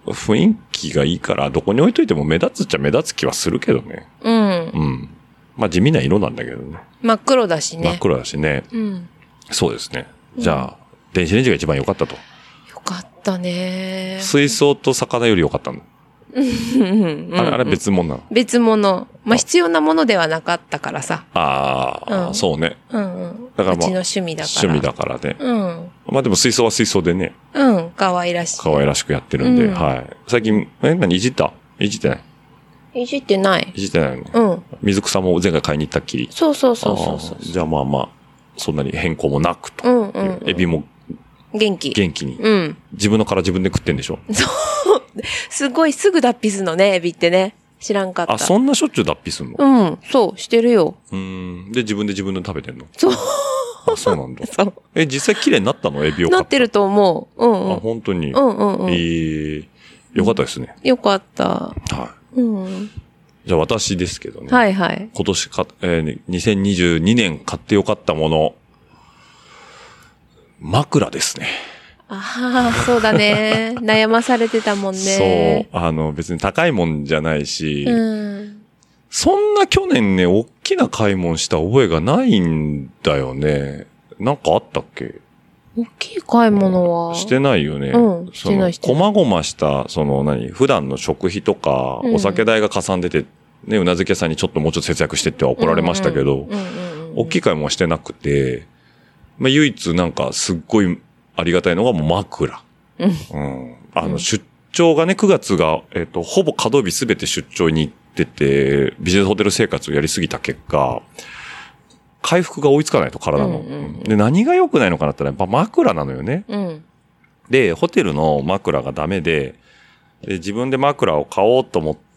雰囲気がいいから、どこに置いといても目立つっちゃ目立つ気はするけどね。 うん。 うん。まあ地味な色なんだけどね。 真っ黒だしね。 真っ黒だしね。 うん。 そうですね。じゃあ、電子レンジが一番良かったと。 よかったね。 水槽と魚より良かったの。あれ別物なの？ 別物。まあ、必要なものではなかったからさ。 ああ、そうね。 うんうん。 だからうちの趣味だから。 趣味だからね。 うん。 まあでも水槽は水槽でね。 うん。可愛らしい。 可愛らしくやってるんで、はい。最近、何いじったいじってないいじってない。 いじってないよね。 うん。 水草も前回買いに行ったっきり。 そう。じゃあまあまあ、そんなに変更もなくと。エビも元気に。 うん。 自分の殻自分で食ってんでしょ？ そう。すごいすぐ脱皮すのね、エビってね。知らんかった。 あ、そんなしょっちゅう脱皮すんの？ うん、そう、してるよ。 で、自分で食べてんの？ そう。 あ、そうなんだ。 そう。 実際綺麗になったの？エビを買った。 なってると思う。うんうん。 あ、本当に。 うん。 よかったですね。 よかった。 はい。 うん。 じゃあ私ですけどね。 はいはい。 今年2022年買ってよかったもの。枕ですね。 ああ、そうだね。悩まされてたもんね。 そう。別に高いもんじゃないし、 うん、 そんな去年ね、大きな買い物した覚えがないんだよね。なんかあったっけ？ 大きい買い物はしてないよね。 うん、してない。 こまごました、普段の食費とか、お酒代がかさんでて、ね、うなずき屋さんにちょっともうちょっと節約してっては怒られましたけど、大きい買い物はしてなくて、まあ、唯一なんかすっごいありがたいのがもう枕。出張がね、9月が、ほぼ稼働日すべて出張に行ってて、ビジネスホテル生活をやりすぎた結果、回復が追いつかないと体の。で、何が良くないのかなって言ったらやっぱ枕なのよね。で、ホテルの枕がダメで、自分で枕を買おうと思って、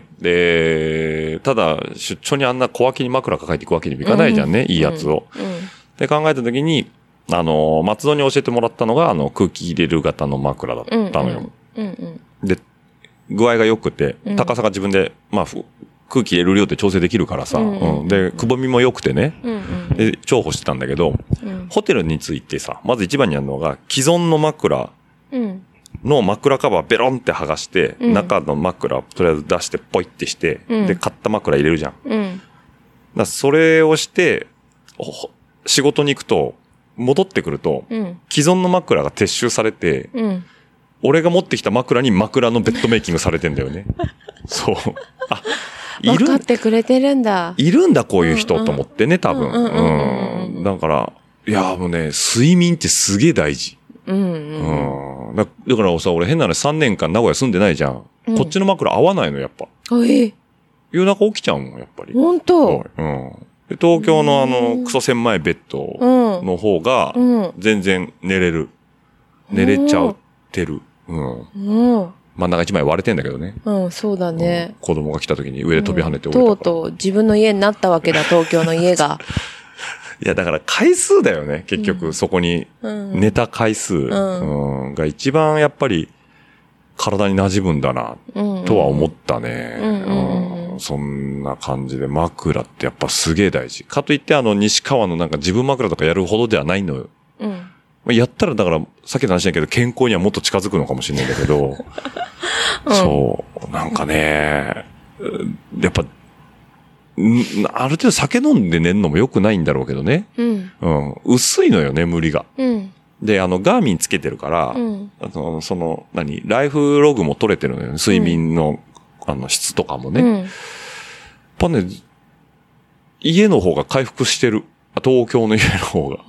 で、ただ出張にあんな小脇に枕抱えていくわけにもいかないじゃんね、いいやつを。で、考えたときに、松戸に教えてもらったのが、空気入れる型の枕だったのよ。で、具合が良くて、高さが自分で、まあ、空気入れる量って調整できるからさ、で、くぼみも良くてね、で、重宝してたんだけど、ホテルについてさ、まず一番にあるのが、既存の枕の枕カバーベロンって剥がして、中の枕をとりあえず出してポイってして、で、買った枕入れるじゃん。だそれをして、仕事に行くと、戻ってくると、既存の枕が撤収されて、俺が持ってきた枕に枕のベッドメイキングされてんだよね。そう。あ、 分かってくれてるんだ。 いるんだ、こういう人と思ってね、多分。だから、いや、もうね、睡眠ってすげえ大事。だからさ、俺変な話3年間名古屋住んでないじゃん。こっちの枕合わないの、やっぱ。夜中起きちゃうもん、やっぱり。 本当？ 東京のクソ狭いベッドの方が、全然寝れる。寝れちゃってる。真ん中一枚割れてんだけどね。 そうだね。 子供が来た時に上で飛び跳ねて降りたとうとう自分の家になったわけだ、東京の家が。 いや、だから回数だよね。結局、そこに寝た回数が一番やっぱり体に馴染むんだな、とは思ったね。そんな感じで枕ってやっぱすげえ大事。かといって西川のなんか自分枕とかやるほどではないのよ。やったらだから、さっきの話だけど健康にはもっと近づくのかもしれないんだけど、そう、なんかね、やっぱ、ある程度酒飲んで寝るのも良くないんだろうけどね。薄いのよ、眠りが。で、ガーミンつけてるから、ライフログも取れてるのよね。睡眠の、質とかもね。やっぱね、家の方が回復してる。東京の家の方が。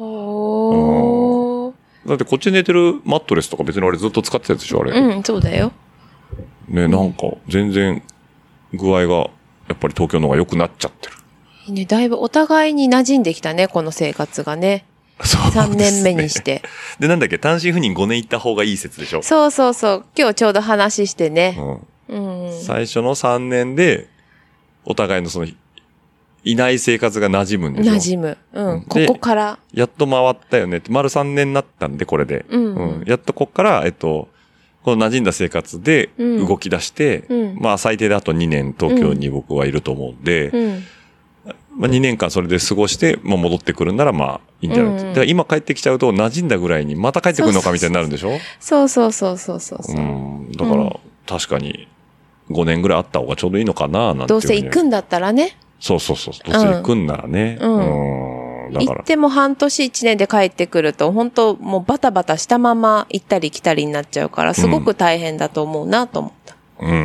だってこっち寝てるマットレスとか別に俺ずっと使ってたやつでしょ、あれ。 そうだよ。 ね、なんか全然具合がやっぱり東京の方が良くなっちゃってる。 ね、だいぶお互いに馴染んできたね、この生活がね。 そうですね。 3年目にして。 で、なんだっけ、単身赴任5年行った方がいい説でしょ。 そう。今日ちょうど話してね。 最初の3年で、お互いのいない生活が馴染むんでしょ。 馴染む。ここから。 やっと回ったよねって、丸3年になったんで、これで。やっとこっから、この馴染んだ生活で動き出して、まあ最低であと2年東京に僕はいると思うんで、まあ2年間それで過ごして、まあ戻ってくるんならまあいいんじゃないですか。だから今帰ってきちゃうと馴染んだぐらいにまた帰ってくるのかみたいになるんでしょ？ そうそうそうそうそう。 だから、確かに5年ぐらいあった方がちょうどいいのかな、なんて。 どうせ行くんだったらね。 そうそうそう。どうせ行くんならね。だから。 行っても半年1年で帰ってくると、本当もうバタバタしたまま行ったり来たりになっちゃうから、すごく大変だと思うなと思った。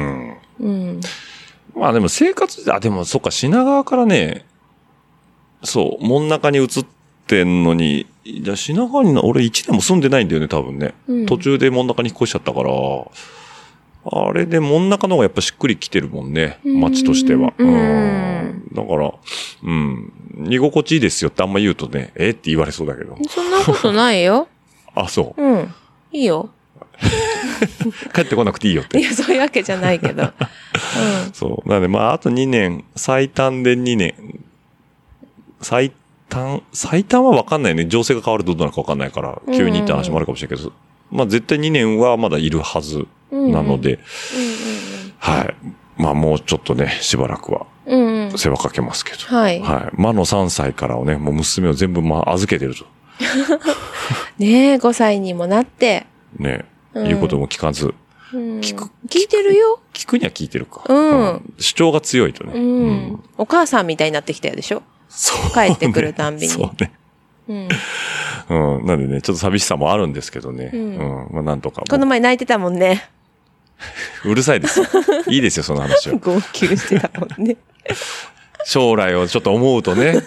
まあでも生活、でもそっか、品川からね、そう、真ん中に移ってんのに、じゃあ品川に俺1年も住んでないんだよね、多分ね。途中で真ん中に引っ越しちゃったから、あれで真ん中の方がやっぱしっくりきてるもんね、街としては。だから、居心地いいですよってあんま言うとね、って言われそうだけど。 そんなことないよ。 あ、そう。 いいよ。 帰ってこなくていいよって。 いや、そういうわけじゃないけど。 そう。なので、まあ、あと2年、最短で2年。最短は分かんないね。情勢が変わるとどうなるか分かんないから、急にって話もあるかもしれないけど、まあ、絶対2年はまだいるはずなので、はい。まあ、もうちょっとね、しばらくは、世話かけますけど。はい。魔の3歳からをね、もう娘を全部預けてると。 ねえ、5歳にもなって。 ねえ、言うことも聞かず。 聞いてるよ。 聞くには聞いてるか。主張が強いとね。 お母さんみたいになってきたでしょ？そう。帰ってくるたんびに。 そうね。なんでね、ちょっと寂しさもあるんですけどね。まあなんとか。 この前泣いてたもんね。 うるさいですよ。いいですよ、その話は。 号泣してたもんね。 将来をちょっと思うとね。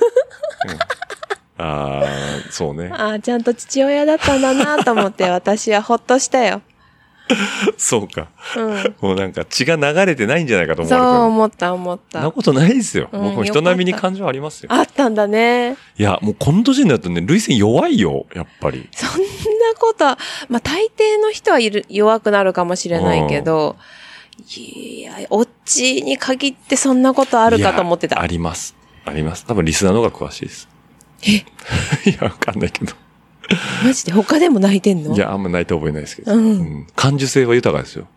そうね。 ちゃんと父親だったんだなと思って私はほっとしたよ。 そうか。もうなんか血が流れてないんじゃないかと思われた。 そう思った。 そんなことないですよ。僕も人並みに感情ありますよ。 あったんだね。 いや、もうこの年になるとね、涙腺弱いよ、やっぱり。 そんなことは、まあ大抵の人は弱くなるかもしれないけど、いや、オッチに限ってそんなことあるかと思ってた。 あります。あります。多分リスナーの方が詳しいです。いや、わかんないけど。 マジで他でも泣いてんの？ いや、あんま泣いた覚えないですけど。感受性は豊かですよ。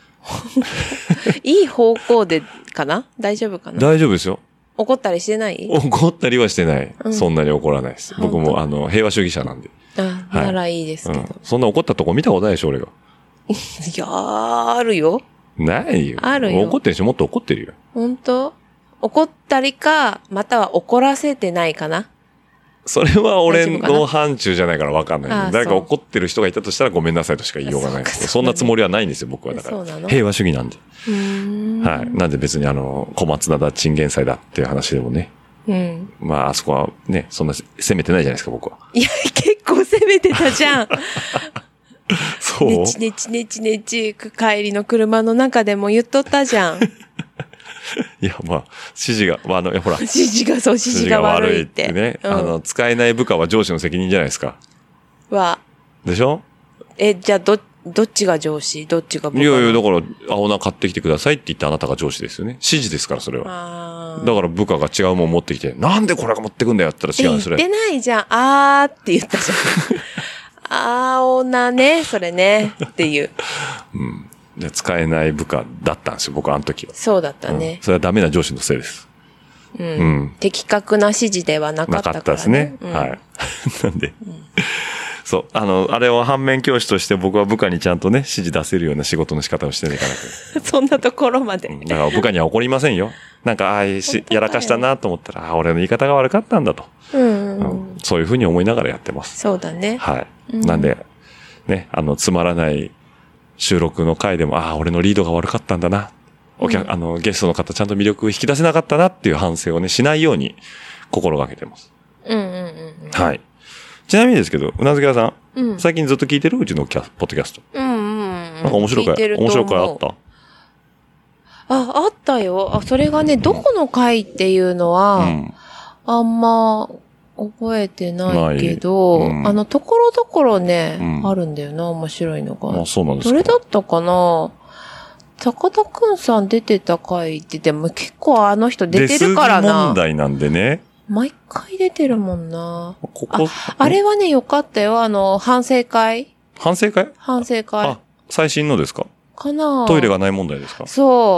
いい方向でかな？大丈夫かな？ 大丈夫ですよ。 怒ったりしてない？ 怒ったりはしてない。そんなに怒らないです。僕も平和主義者なんで。 ならいいですけど。 そんな怒ったとこ見たことないでしょ、俺が。 いやあるよ。 ないよ。 あるよ。 怒ってるし、もっと怒ってるよ。 本当？怒ったりか、または怒らせてないかな？ それは俺の範疇じゃないから分かんない。誰か怒ってる人がいたとしたらごめんなさいとしか言いようがない。そんなつもりはないんですよ、僕は。だから。平和主義なんで。はい。なんで別に小松菜だ、チンゲン菜だっていう話でもね。まあ、あそこはね、そんな責めてないじゃないですか、僕は。 いや、結構責めてたじゃん。 そう。 ねちねちねちねち、帰りの車の中でも言っとったじゃん。 いや、まあ、指示が、ほら。 指示が悪いって。 ね。使えない部下は上司の責任じゃないですか。でしょ？ じゃあ、どっちが上司？どっちが部下？ いや、だから、青菜買ってきてくださいって言ってあなたが上司ですよね。指示ですから、それは。だから部下が違うもん持ってきて、なんでこれが持ってくんだよって言ったら違う、それ。 言ってないじゃん。って言ったじゃん。青菜ね、それね。っていう。 で使えない部下だったんですよ、僕はあの時は。 そうだったね。 それはダメな上司のせいです。 的確な指示ではなかったからね。なかったですね。 はい。なんで、そう、あれを反面教師として僕は部下にちゃんとね、指示出せるような仕事の仕方をしていかなきゃ。 そんなところまで。 だから部下には怒りませんよ。なんか、やらかしたなと思ったら、俺の言い方が悪かったんだと。そういうふうに思いながらやってます。 そうだね。 はい。なんで、ね、つまらない収録の回でも、俺のリードが悪かったんだな。ゲストの方ちゃんと魅力を引き出せなかったなっていう反省をね、しないように心がけてます。はい。ちなみにですけど、うなずけ屋さん、最近ずっと聞いてるうちのポッドキャスト。なんか面白い回あった？ あったよ。それがね、どこの回っていうのは、あんま覚えてないけど、ところどころね、あるんだよな、面白いのが。 そうなんですか。 どれだったかな？高田くんさん出てた回ってでも結構あの人出てるからな。 出過ぎ問題なんでね。 毎回出てるもんな。あれはね、よかったよ。反省会。 反省会？ 反省会。 最新のですか？ かな？ トイレがない問題ですか？ そう。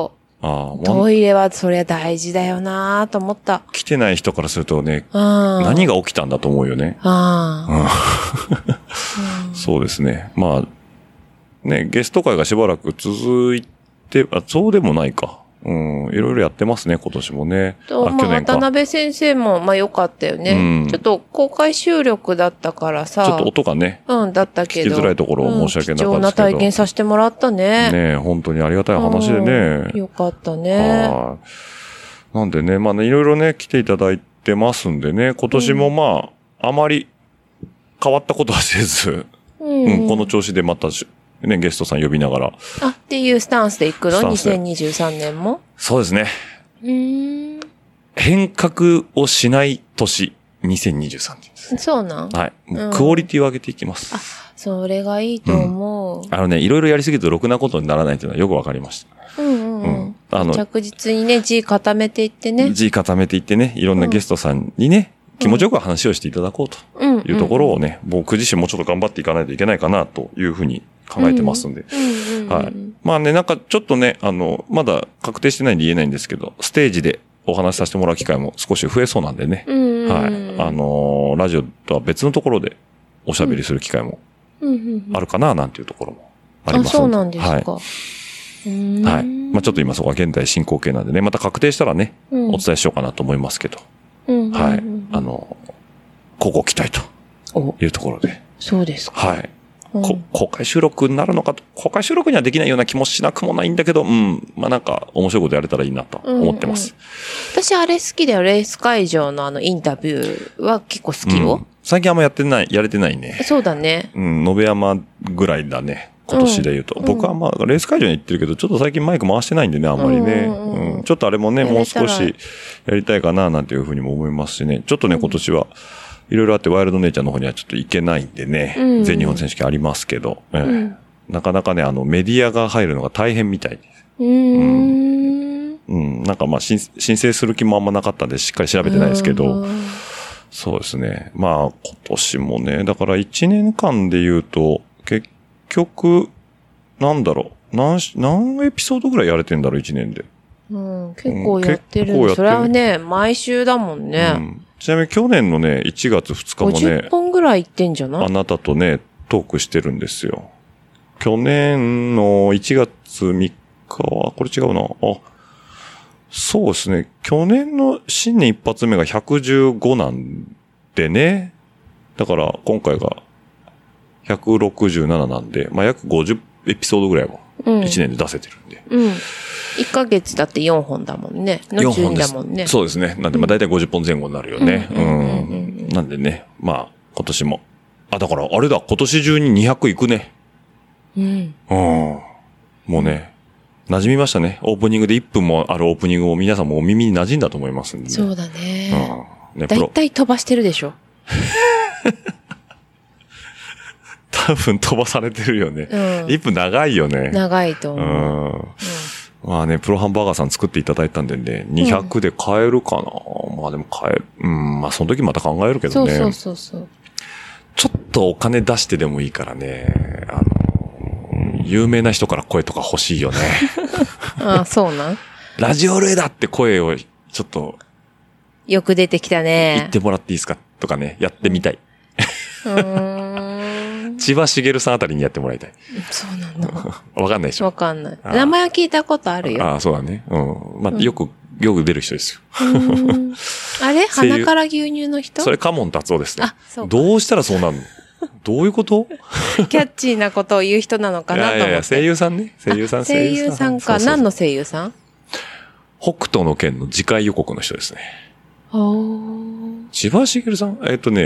トイレはそりゃ大事だよなと思った。 来てない人からするとね、何が起きたんだと思うよね。そうですね。まあ、ね、ゲスト会がしばらく続いて、そうでもないか。いろいろやってますね、今年もね。 去年か。渡辺先生も、まあ良かったよね。ちょっと公開収録だったからさ。 ちょっと音がね。 だったけど。 聞きづらいところを申し訳なかったですけど。 貴重な体験させてもらったね。 ね、本当にありがたい話でね。 よかったね。 なんでね、まあね、いろいろね、来ていただいてますんでね、今年もまあ、あまり変わったことはせず、この調子でまた、ね、ゲストさん呼びながら。 っていうスタンスで行くの ?2023 年もそうですね。変革をしない年、2023年です。 そうなん？ はい。もうクオリティを上げていきます。 それがいいと思う。 いろいろやりすぎるとろくなことにならないというのはよくわかりました。 着実にね、G 固めていってね。 G 固めていってね、いろんなゲストさんにね、気持ちよく話をしていただこうというところをね、僕自身もちょっと頑張っていかないといけないかなというふうに考えてますんで。はい。まあね、なんかちょっとね、まだ確定してないんで言えないんですけど、ステージでお話しさせてもらう機会も少し増えそうなんでね。はい。ラジオとは別のところでおしゃべりする機会もあるかな、なんていうところもあります。 そうなんですか。 はい。まあちょっと今そこは現在進行形なんでね、また確定したらね、お伝えしようかなと思いますけど。はい。ここ来たいというところで。 そうですか。 はい。公開収録になるのかと、公開収録にはできないような気もしなくもないんだけど、まあなんか面白いことやれたらいいなと思ってます。 私あれ好きだよ。レース会場のインタビューは結構好きよ。 最近あんまやれてないね。 そうだね。 延山ぐらいだね。今年で言うと。僕はまあ、レース会場に行ってるけど、ちょっと最近マイク回してないんでね、あんまりね。ちょっとあれもね、もう少しやりたいかな、なんていうふうにも思いますしね。ちょっとね、今年はいろいろあって、ワイルドネイチャーの方にはちょっと行けないんでね。全日本選手権ありますけど。なかなかね、メディアが入るのが大変みたいです。なんかまあ、申請する気もあんまなかったんで、しっかり調べてないですけど。そうですね。まあ、今年もね、だから1年間で言うと、結局、なんだろう。何エピソードぐらいやれてんだろう、1年で。 結構やってる。それはね、毎週だもんね。 ちなみに去年のね、1月2日もね。 50本ぐらい行ってんじゃない？ あなたとね、トークしてるんですよ。去年の1月3日は、これ違うな。そうですね。去年の新年一発目が115なんでね。だから今回が167なんで、まあ約50エピソードぐらいは1年で出せてるんで。 1ヶ月だって4本だもんね。の12だもんね。 そうですね。なんでまあ大体50本前後になるよね。なんでね、まあ今年も。だからあれだ、今年中に200行くね。もうね。馴染みましたね。オープニングで1分もあるオープニングも皆さんもお耳に馴染んだと思いますんで、ね。 そうだね。だいたい飛ばしてるでしょ。 多分飛ばされてるよね。1分長いよね。 長いと思う。まあね、プロハンバーガーさん作っていただいたんでね、200で買えるかな。まあでも買える。まあその時また考えるけどね。 そう。ちょっとお金出してでもいいからね。有名な人から声とか欲しいよね。 そうなん？ ラジオルエダって声をちょっと。 よく出てきたね。 言ってもらっていいですかとかね、やってみたい。千葉茂さんあたりにやってもらいたい。 そうなの。 わかんないでしょ。 わかんない。名前は聞いたことあるよ。 そうだね。まあ、よく出る人ですよ。 あれ鼻から牛乳の人？ それカモン達夫ですね。 そうどうしたらそうなるの？どういうこと？ キャッチーなことを言う人なのかなと思って。 いや声優さんね。声優さんか。何の声優さん？ 北斗の拳の次回予告の人ですね。千葉茂さん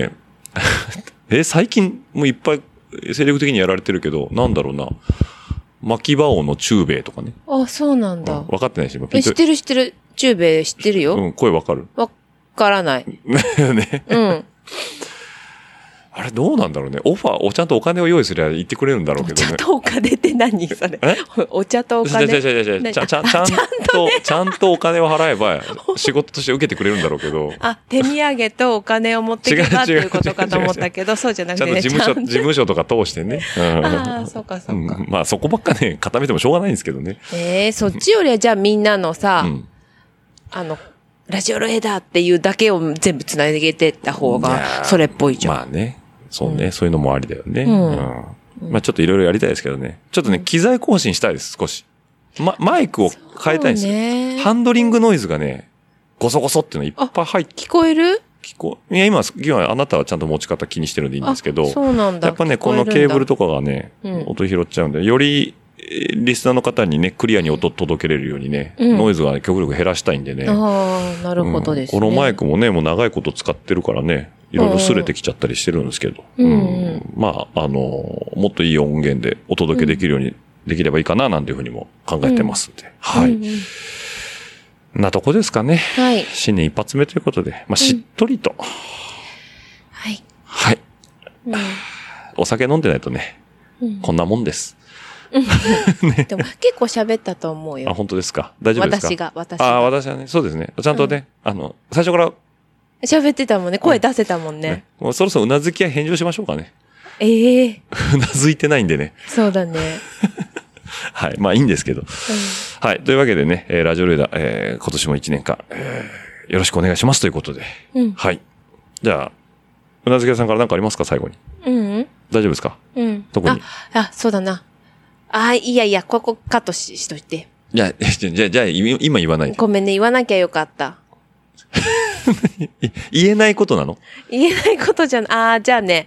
最近もいっぱい精力的にやられてるけど、なんだろうな。牧場王の中兵衛とかね。 そうなんだ。 分かってないし、 知ってる。中兵衛知ってるよ。 声分かる？ 分からない。 ね。あれどうなんだろうね。オファー、ちゃんとお金を用意すれば言ってくれるんだろうけどね。 お茶とお金って何それ？お茶とお金。 ちゃんとちゃんとお金を払えば仕事として受けてくれるんだろうけど。 手土産とお金を持ってけばっていうことかと思ったけど、そうじゃなくてね。 ちゃんと事務所とか通してね。 そうかそうか。 まあそこばっかね、固めてもしょうがないんですけどね。 そっちよりはじゃあみんなのさ、ラジオルエダっていうだけを全部つなげてった方が、それっぽいじゃん。 まあね。そうね、そういうのもありだよね。まあちょっといろいろやりたいですけどね。ちょっとね、機材更新したいです、少し。マイクを変えたいんですよ。ハンドリングノイズがね、ゴソゴソっていうのいっぱい入って。 聞こえる？ いや、今あなたはちゃんと持ち方気にしてるんでいいんですけど。 そうなんだ。 やっぱね、このケーブルとかがね、音拾っちゃうんで、より、リスナーの方にね、クリアに音届けれるようにね、ノイズが極力減らしたいんでね。 なるほどですね。 このマイクもね、もう長いこと使ってるからね、いろいろ擦れてきちゃったりしてるんですけど。まあ、もっといい音源でお届けできるようにできればいいかな、なんていうふうにも考えてますんで。はい。なとこですかね。 はい。 新年一発目ということで、まあ、しっとりと。 はい。 はい。お酒飲んでないとね、こんなもんです。 でも結構喋ったと思うよ。 本当ですか。大丈夫ですか。 私が。 私はね、そうですね。ちゃんとね、最初から喋ってたもんね。声出せたもんね。 もうそろそろうなずきは返上しましょうかね。 うなずいてないんでね。 そうだね。 はい。まあいいんですけど。はい。というわけでね、ラジオレーダー、今年も1年間、よろしくお願いしますということで。はい。じゃあ、うなずき屋さんから何かありますか、最後に。大丈夫ですか？特に。 そうだな。いや、ここカットしといて。 じゃあ、今言わないで。 ごめんね、言わなきゃよかった。 言えないことなの？ 言えないことじゃじゃあね、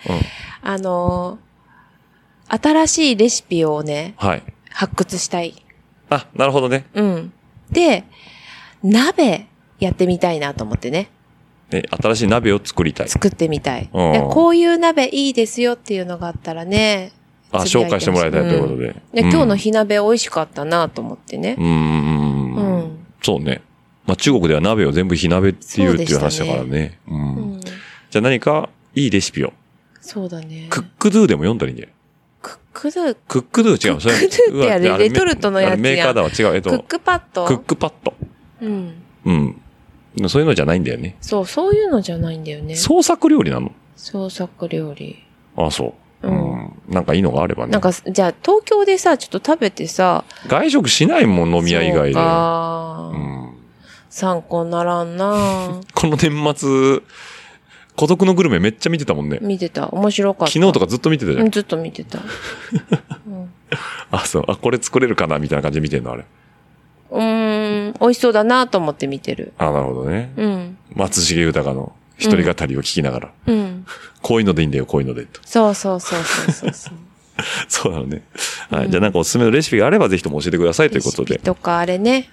新しいレシピをね、発掘したい。 なるほどね。 で、鍋やってみたいなと思ってね。 新しい鍋を作りたい。 作ってみたい。こういう鍋いいですよっていうのがあったらね、 紹介してもらいたいということで。 今日の火鍋美味しかったなと思ってね。 そうね。まあ中国では鍋を全部火鍋っていう話だからね。じゃあ何かいいレシピを。 そうだね。 クックドゥでも読んだらいいんだよ。 クックドゥクックドゥ違う。 クックドゥってあれレトルトのやつやん。 メーカーだわ。違う。 クックパッドクックパッド。そういうのじゃないんだよね。 そういうのじゃないんだよね。 創作料理なの？ 創作料理。 そう。なんかいいのがあればね。 なんか、じゃあ東京でさ、ちょっと食べてさ。 外食しないもん、飲み屋以外で。 参考にならんなこの年末、孤独のグルメめっちゃ見てたもんね。 見てた。面白かった。 昨日とかずっと見てたじゃん。 ずっと見てた。 そう。これ作れるかなみたいな感じで見てんのあれ。 美味しそうだなと思って見てる。 なるほどね。松重豊の一人語りを聞きながら。こういうのでいいんだよ、こういうので。そう。そうなのね。はい。じゃあなんかおすすめのレシピがあればぜひとも教えてくださいということで。 レシピとかあれね、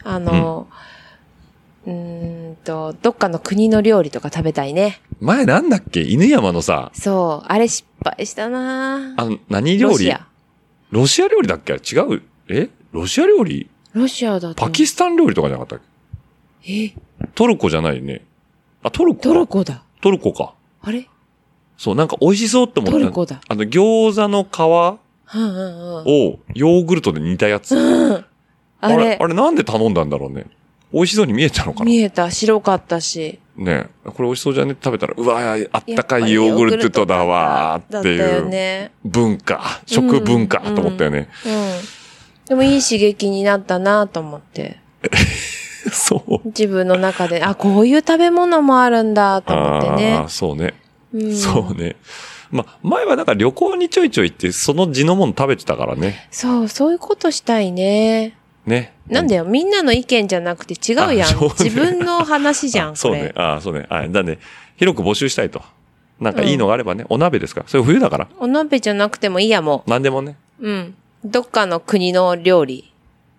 どっかの国の料理とか食べたいね。 前なんだっけ？犬山のさ。 そう。あれ失敗したな何料理？ロシア料理だっけ？違う？ロシア料理？ ロシアだと。 パキスタン料理とかじゃなかったっけ？トルコじゃないよね。トルコか。 トルコだ。 トルコか。 あれ？ そう、なんか美味しそうって思った。 トルコだ。 餃子の皮をヨーグルトで煮たやつ。あれなんで頼んだんだろうね。美味しそうに見えたのかな？ 見えた。白かったし。 ねこれ美味しそうじゃね？食べたら、うわあったかいヨーグルトだわーっていう文化、食文化と思ったよね。 でもいい刺激になったなと思って。 そう。 自分の中で、こういう食べ物もあるんだと思ってね。 そうね。そうね。前はなんか旅行にちょいちょい行って、その地のもの食べてたからね。そういうことしたいね。ね。なんだよ、みんなの意見じゃなくて違うやん。自分の話じゃん、そうね。そうね。なんで、広く募集したいと。なんかいいのがあればね、お鍋ですか？それ冬だから。お鍋じゃなくてもいいや、もう。なんでもね。どっかの国の料理。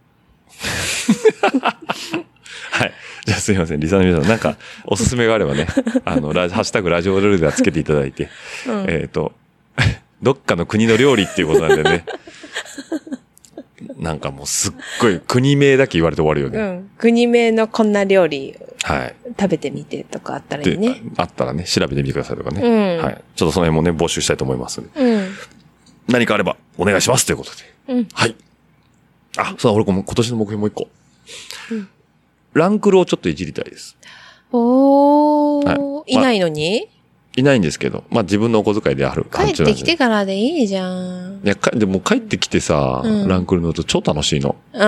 はい。じゃあすいません。リサの皆さん、なんか、おすすめがあればね、ハッシュタグラジオルールでつけていただいて、どっかの国の料理っていうことなんでね。なんかもうすっごい国名だけ言われて終わるよね。国名のこんな料理、食べてみてとかあったらいいね。あったらね、調べてみてくださいとかね。はい。ちょっとその辺もね、募集したいと思いますので。何かあればお願いしますということで。はい。そうだ、俺今年の目標もう一個。 ランクルをちょっといじりたいです。 おー、 はい、 いないのに、 いないんですけど、まあ自分のお小遣いである帰ってきてからでいいじゃん。 いや、でも帰ってきてさ、ランクル乗ると超楽しいの。うん。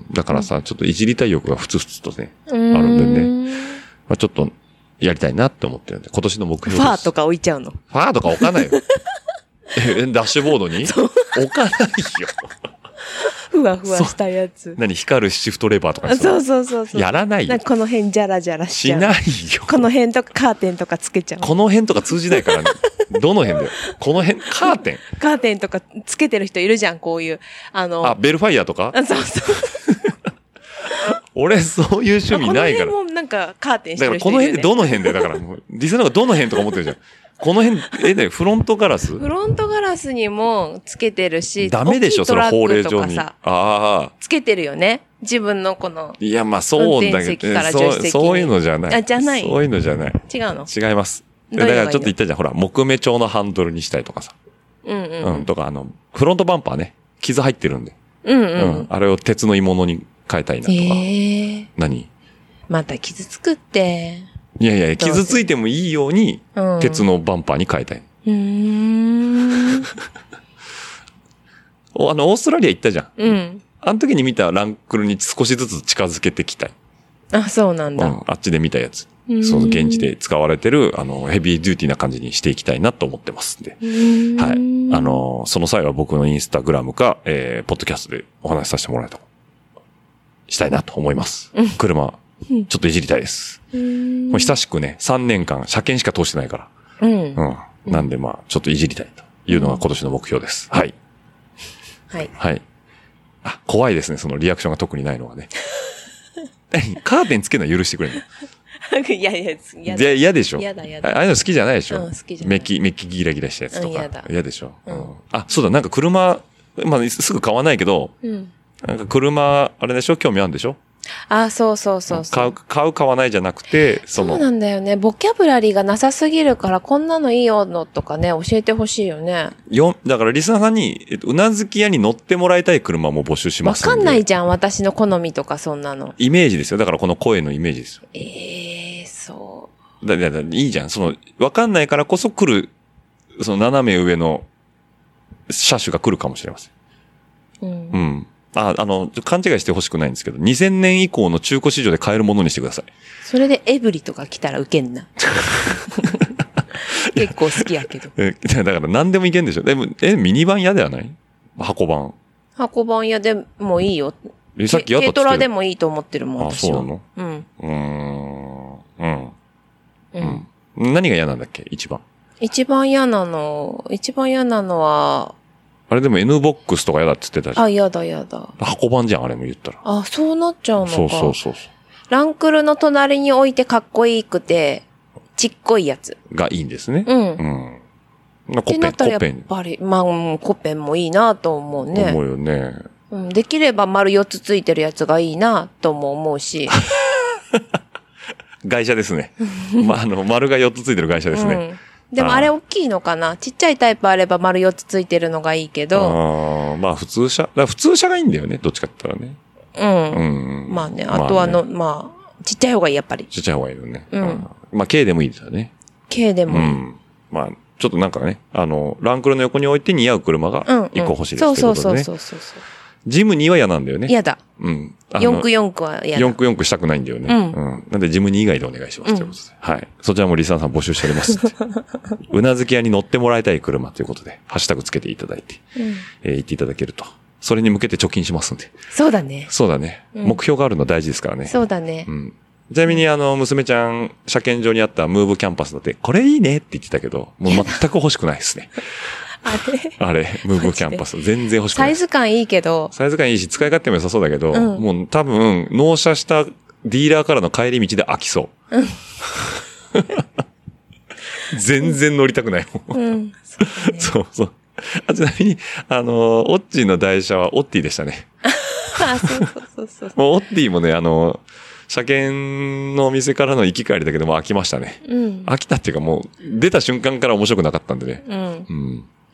だからさ、ちょっといじりたい欲がふつふつとね、あるんでね。まあちょっと、やりたいなって思ってるんで、今年の目標です。 ファーとか置いちゃうの？ ファーとか置かないよ。ダッシュボードに置かないよ。 ふわふわしたやつ。 何光るシフトレバーとかそう。 やらないよ。 この辺ジャラジャラしちゃう。 しないよ。 この辺とかカーテンとかつけちゃう。 この辺とか通じないからね。どの辺だよ。この辺、カーテン。 カーテンとかつけてる人いるじゃん、こういう。 ベルファイアとかそう。 俺、そういう趣味ないから。 この辺もなんかカーテンしてる人いるよね。 だからこの辺でどの辺だよ。だからもう、リスナーがどの辺とか思ってるじゃん。この辺、ね、フロントガラス？ フロントガラスにもつけてるし、 ダメでしょ、その法令上に。 つけてるよね。自分のこの。 いや、まあそうだけど、そういうのじゃない。 じゃない。 そういうのじゃない。 違うの？ 違います。だからちょっと言ったじゃん。ほら、木目調のハンドルにしたいとかさ。とか、フロントバンパーね、傷入ってるんで。あれを鉄の鋳物に変えたいなとか。何？ また傷つくって。 いや、傷ついてもいいように、鉄のバンパーに変えたい。オーストラリア行ったじゃん。あの時に見たランクルに少しずつ近づけてきたい。 あ、そうなんだ。 あっちで見たやつ。その現地で使われてる、ヘビーデューティーな感じにしていきたいなと思ってますんで。はい。その際は僕のインスタグラムか、ポッドキャストでお話しさせてもらえたしたいなと思います。車、ちょっといじりたいです。もう久しくね、3年間、車検しか通してないから。なんでまあ、ちょっといじりたいというのが今年の目標です。はい。はい。あ、怖いですね、そのリアクションが特にないのはね。カーテンつけるのは許してくれるの？いや、嫌でしょ。嫌だ。ああいうの好きじゃないでしょ。好きじゃない。メッキギラギラしたやつとか。嫌でしょ。あ、そうだ、なんか車、まあ、すぐ買わないけど、なんか車、あれでしょ？興味あるんでしょ？ あ、そう。 買わないじゃなくて、 そうなんだよね。ボキャブラリーがなさすぎるから、こんなのいいよのとかね、教えてほしいよね。 だからリスナーさんに、うなずき屋に乗ってもらいたい車も募集しますんで。 わかんないじゃん、私の好みとかそんなの。 イメージですよ。だからこの声のイメージですよ。 そう。 いいじゃん。わかんないからこそ来る、斜め上の車種が来るかもしれません。勘違いしてほしくないんですけど、2000年以降の中古市場で買えるものにしてください。 それでエブリとか来たらウケんな。結構好きやけど。 だから何でもいけんでしょ。でも、ミニバン嫌ではない？箱バン。 箱バン嫌でもいいよ。 さっき軽トラでもいいと思ってるもん、 私は。そうなの？何が嫌なんだっけ？一番嫌なのは、 あれでも N ボックスとか嫌だって言ってたじゃん。 あ、嫌だ。 箱版じゃん、あれも言ったら。 あ、そうなっちゃうのか。 そう。 ランクルの隣に置いてかっこいいくて、ちっこいやつ。 がいいんですね。 コッペン。やっぱり、まあ、コッペンもいいなと思うね。 思うよね。 できれば丸4つついてるやつがいいなとも思うし。 外車ですね。丸が4つついてる外車ですね。 でもあれ大きいのかな？ちっちゃいタイプあれば丸4つついてるのがいいけど。 まあ普通車がいいんだよね。どっちかって言ったらね。 まあね。あとはちっちゃい方がいい、やっぱり。 ちっちゃい方がいいよね。まあ軽でもいいですよね。 軽でもいい。 まあ、ちょっとなんかね、ランクルの横に置いて似合う車が1個欲しいですけどね。 そう。 ジムニーは嫌なんだよね。 嫌だ。四駆は嫌だ。 四駆したくないんだよね。なんでジムニー以外でお願いします。ということで。はい。そちらもリスナーさん募集しております。うなずき屋に乗ってもらいたい車ということで、ハッシュタグつけていただいて、言っていただけると。それに向けて貯金しますんで。 そうだね。 目標があるの大事ですからね。 そうだね。 ちなみに娘ちゃん、車検場にあったムーブキャンパスだって、これいいねって言ってたけど、もう全く欲しくないですね。あれ、ムーブキャンパス。全然欲しくない。 サイズ感いいけど。 サイズ感いいし、使い勝手も良さそうだけど、もう多分、納車したディーラーからの帰り道で飽きそう。全然乗りたくないもん。そう。ちなみに、オッチーの台車はオッティでしたね。そう。もうオッティもね、車検のお店からの行き帰りだけども飽きましたね。飽きたっていうかもう、出た瞬間から面白くなかったんでね。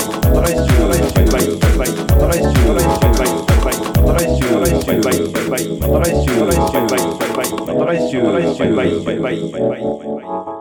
来週